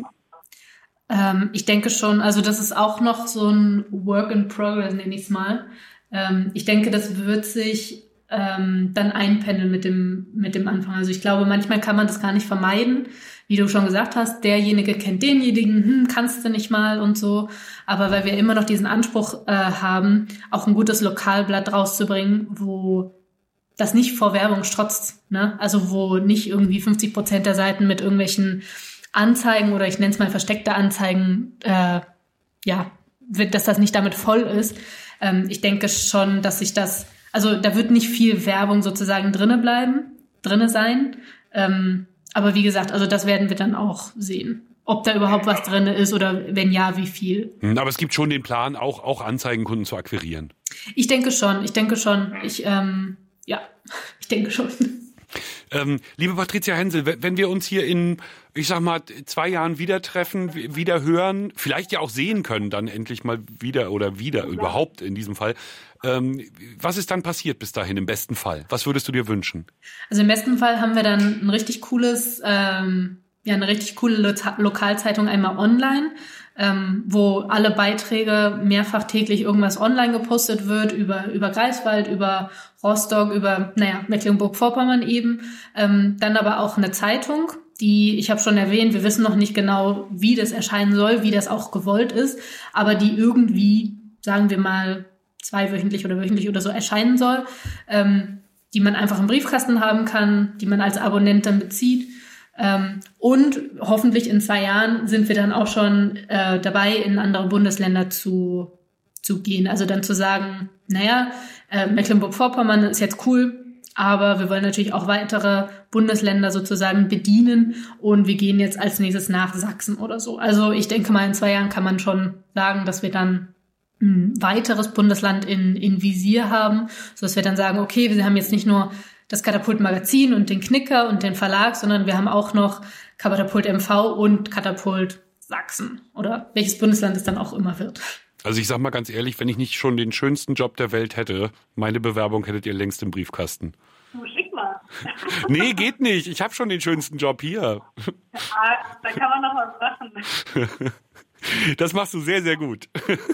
Ähm, ich denke schon, also das ist auch noch so ein Work in Progress, nenne ich es mal. Ähm, ich denke, das wird sich ähm, dann einpendeln mit dem, mit dem Anfang. Also ich glaube, manchmal kann man das gar nicht vermeiden. Wie du schon gesagt hast, derjenige kennt denjenigen, hm, kannst du nicht mal und so. Aber weil wir immer noch diesen Anspruch äh, haben, auch ein gutes Lokalblatt rauszubringen, wo das nicht vor Werbung strotzt, ne? Also wo nicht irgendwie fünfzig Prozent der Seiten mit irgendwelchen Anzeigen oder ich nenne es mal versteckte Anzeigen, äh, ja, wird, dass das nicht damit voll ist. Ähm, ich denke schon, dass sich das, also da wird nicht viel Werbung sozusagen drinne bleiben, drinne sein. Ähm, aber wie gesagt, also das werden wir dann auch sehen, ob da überhaupt was drinne ist oder wenn ja, wie viel. Aber es gibt schon den Plan, auch auch Anzeigenkunden zu akquirieren. Ich denke schon, ich denke schon. Ich, ähm, ja, ich denke schon. Ähm, liebe Patricia Hensel, wenn wir uns hier in, ich sag mal, zwei Jahren wieder treffen, wieder hören, vielleicht ja auch sehen können, dann endlich mal wieder oder wieder überhaupt in diesem Fall. Ähm, was ist dann passiert bis dahin im besten Fall? Was würdest du dir wünschen? Also im besten Fall haben wir dann ein richtig cooles, ähm, ja, eine richtig coole Lo- Lokalzeitung einmal online, ähm, wo alle Beiträge mehrfach täglich irgendwas online gepostet wird, über, über Greifswald, über Rostock, über, naja, Mecklenburg-Vorpommern eben. Ähm, dann aber auch eine Zeitung, die, ich habe schon erwähnt, wir wissen noch nicht genau, wie das erscheinen soll, wie das auch gewollt ist, aber die irgendwie, sagen wir mal, zweiwöchentlich oder wöchentlich oder so erscheinen soll, ähm, die man einfach im Briefkasten haben kann, die man als Abonnent dann bezieht. Ähm, und hoffentlich in zwei Jahren sind wir dann auch schon äh, dabei, in andere Bundesländer zu, zu gehen. Also dann zu sagen, naja, äh, Mecklenburg-Vorpommern ist jetzt cool, aber wir wollen natürlich auch weitere Bundesländer sozusagen bedienen und wir gehen jetzt als nächstes nach Sachsen oder so. Also ich denke mal, in zwei Jahren kann man schon sagen, dass wir dann ein weiteres Bundesland in, in Visier haben, sodass wir dann sagen, okay, wir haben jetzt nicht nur das Katapult-Magazin und den Knicker und den Verlag, sondern wir haben auch noch Katapult M V und Katapult Sachsen oder welches Bundesland es dann auch immer wird. Also ich sag mal ganz ehrlich, wenn ich nicht schon den schönsten Job der Welt hätte, meine Bewerbung hättet ihr längst im Briefkasten. Du, schick mal. Nee, geht nicht. Ich habe schon den schönsten Job hier. Ja, da kann man noch was machen. Das machst du sehr, sehr gut.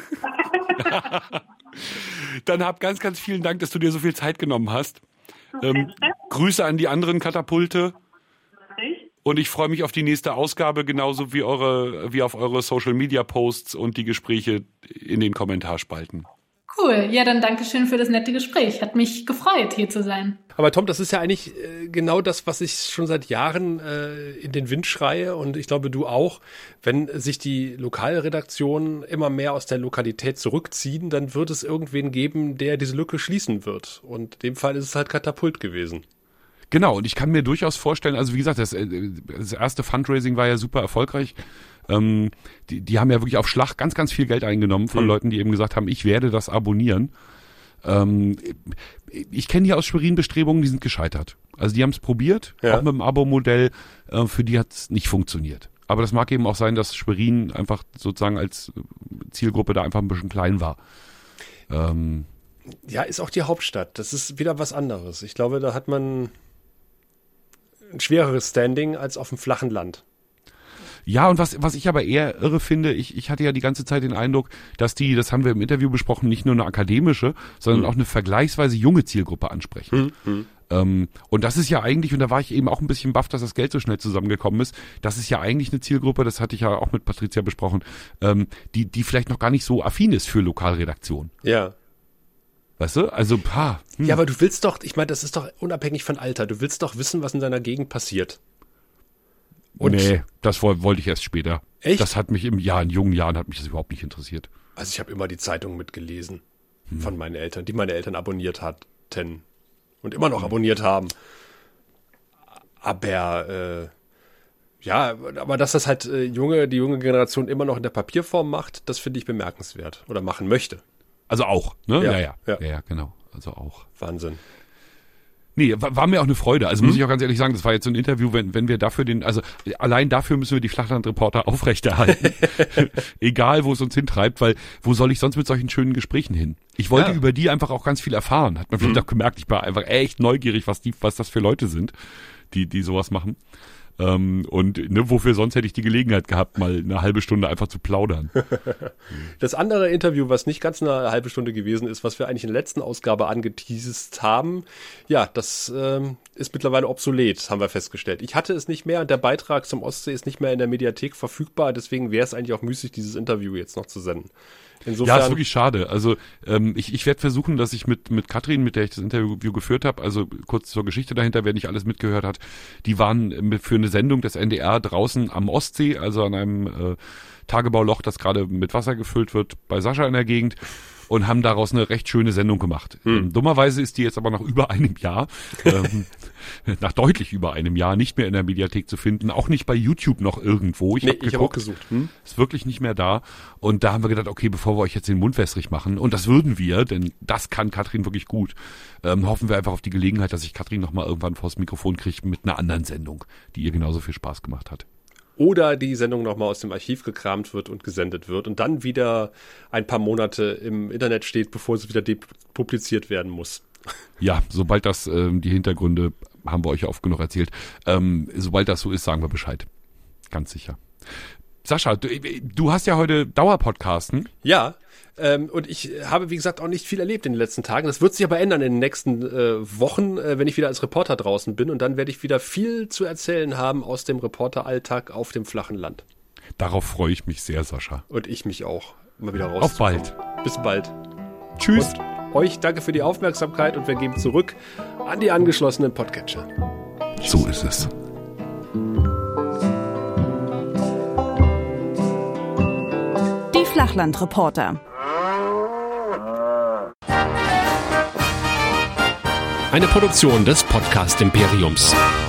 Dann hab ganz, ganz vielen Dank, dass du dir so viel Zeit genommen hast. Ähm, Grüße an die anderen Katapulte. Und ich freue mich auf die nächste Ausgabe, genauso wie eure, wie auf eure Social-Media-Posts und die Gespräche in den Kommentarspalten. Cool. Ja, dann Dankeschön für das nette Gespräch. Hat mich gefreut, hier zu sein. Aber Tom, das ist ja eigentlich äh, genau das, was ich schon seit Jahren äh, in den Wind schreie und ich glaube, du auch. Wenn sich die Lokalredaktionen immer mehr aus der Lokalität zurückziehen, dann wird es irgendwen geben, der diese Lücke schließen wird. Und in dem Fall ist es halt Katapult gewesen. Genau, und ich kann mir durchaus vorstellen, also wie gesagt, das, das erste Fundraising war ja super erfolgreich. Ähm, die, die haben ja wirklich auf Schlag ganz, ganz viel Geld eingenommen von mhm. Leuten, die eben gesagt haben, ich werde das abonnieren. Ähm, ich kenne die aus Schwerin Bestrebungen, die sind gescheitert. Also die haben es probiert, ja. auch mit dem Abo-Modell, äh, für die hat es nicht funktioniert. Aber das mag eben auch sein, dass Schwerin einfach sozusagen als Zielgruppe da einfach ein bisschen klein war. Ähm, ja, ist auch die Hauptstadt. Das ist wieder was anderes. Ich glaube, da hat man ein schwereres Standing als auf dem flachen Land. Ja, und was, was ich aber eher irre finde, ich, ich hatte ja die ganze Zeit den Eindruck, dass die, das haben wir im Interview besprochen, nicht nur eine akademische, sondern mhm. auch eine vergleichsweise junge Zielgruppe ansprechen. Mhm. Ähm, und das ist ja eigentlich, und da war ich eben auch ein bisschen baff, dass das Geld so schnell zusammengekommen ist, das ist ja eigentlich eine Zielgruppe, das hatte ich ja auch mit Patricia besprochen, ähm, die, die vielleicht noch gar nicht so affin ist für Lokalredaktion. Ja. Weißt du? Also, pa. Hm. Ja, aber du willst doch, ich meine, das ist doch unabhängig von Alter, du willst doch wissen, was in deiner Gegend passiert. Und nee, das wollte ich erst später. Echt? Das hat mich im Jahr, in jungen Jahren hat mich das überhaupt nicht interessiert. Also ich habe immer die Zeitung mitgelesen hm. von meinen Eltern, die meine Eltern abonniert hatten und immer noch hm. abonniert haben. Aber äh, ja, aber dass das halt äh, junge, die junge Generation immer noch in der Papierform macht, das finde ich bemerkenswert oder machen möchte. Also auch, ne? Ja, ja, ja, ja, ja, ja genau. Also auch. Wahnsinn. Nee, war, war mir auch eine Freude. Also hm. muss ich auch ganz ehrlich sagen, das war jetzt so ein Interview, wenn, wenn wir dafür den, also allein dafür müssen wir die Flachlandreporter aufrechterhalten. Egal, wo es uns hintreibt, weil wo soll ich sonst mit solchen schönen Gesprächen hin? Ich wollte ja. über die einfach auch ganz viel erfahren. Hat man vielleicht hm. auch gemerkt, ich war einfach echt neugierig, was die, was das für Leute sind, die, die sowas machen. Ähm, und ne, wofür sonst hätte ich die Gelegenheit gehabt, mal eine halbe Stunde einfach zu plaudern. Das andere Interview, was nicht ganz eine halbe Stunde gewesen ist, was wir eigentlich in der letzten Ausgabe angeteased haben, ja, das ähm, ist mittlerweile obsolet, haben wir festgestellt. Ich hatte es nicht mehr und der Beitrag zum Ostsee ist nicht mehr in der Mediathek verfügbar, deswegen wäre es eigentlich auch müßig, dieses Interview jetzt noch zu senden. Insofern, ja, ist wirklich schade. Also ähm, ich, ich werde versuchen, dass ich mit mit Katrin, mit der ich das Interview geführt habe, also kurz zur Geschichte dahinter, wer nicht alles mitgehört hat, die waren für eine Sendung des N D R draußen am Ostsee, also an einem äh, Tagebauloch, das gerade mit Wasser gefüllt wird, bei Sascha in der Gegend, und haben daraus eine recht schöne Sendung gemacht. Hm. Ähm, dummerweise ist die jetzt aber nach über einem Jahr, ähm, nach deutlich über einem Jahr, nicht mehr in der Mediathek zu finden, auch nicht bei YouTube noch irgendwo. Ich nee, habe geguckt, hab auch gesucht. Hm? Ist wirklich nicht mehr da. Und da haben wir gedacht, okay, bevor wir euch jetzt den Mund wässrig machen, und das würden wir, denn das kann Katrin wirklich gut, ähm, hoffen wir einfach auf die Gelegenheit, dass ich Katrin nochmal irgendwann vors Mikrofon kriege mit einer anderen Sendung, die ihr genauso viel Spaß gemacht hat. Oder die Sendung nochmal aus dem Archiv gekramt wird und gesendet wird und dann wieder ein paar Monate im Internet steht, bevor sie wieder depubliziert werden muss. Ja, sobald das, ähm, die Hintergründe haben wir euch ja oft genug erzählt, ähm, sobald das so ist, sagen wir Bescheid. Ganz sicher. Sascha, du, du hast ja heute Dauerpodcasten. Ja, ähm, und ich habe, wie gesagt, auch nicht viel erlebt in den letzten Tagen. Das wird sich aber ändern in den nächsten äh, Wochen, äh, wenn ich wieder als Reporter draußen bin. Und dann werde ich wieder viel zu erzählen haben aus dem Reporteralltag auf dem flachen Land. Darauf freue ich mich sehr, Sascha. Und ich mich auch, mal wieder raus. Auf bald. Bis bald. Tschüss. Und euch danke für die Aufmerksamkeit und wir geben zurück an die angeschlossenen Podcatcher. So ist es. Flachlandreporter. Eine Produktion des Podcast Imperiums.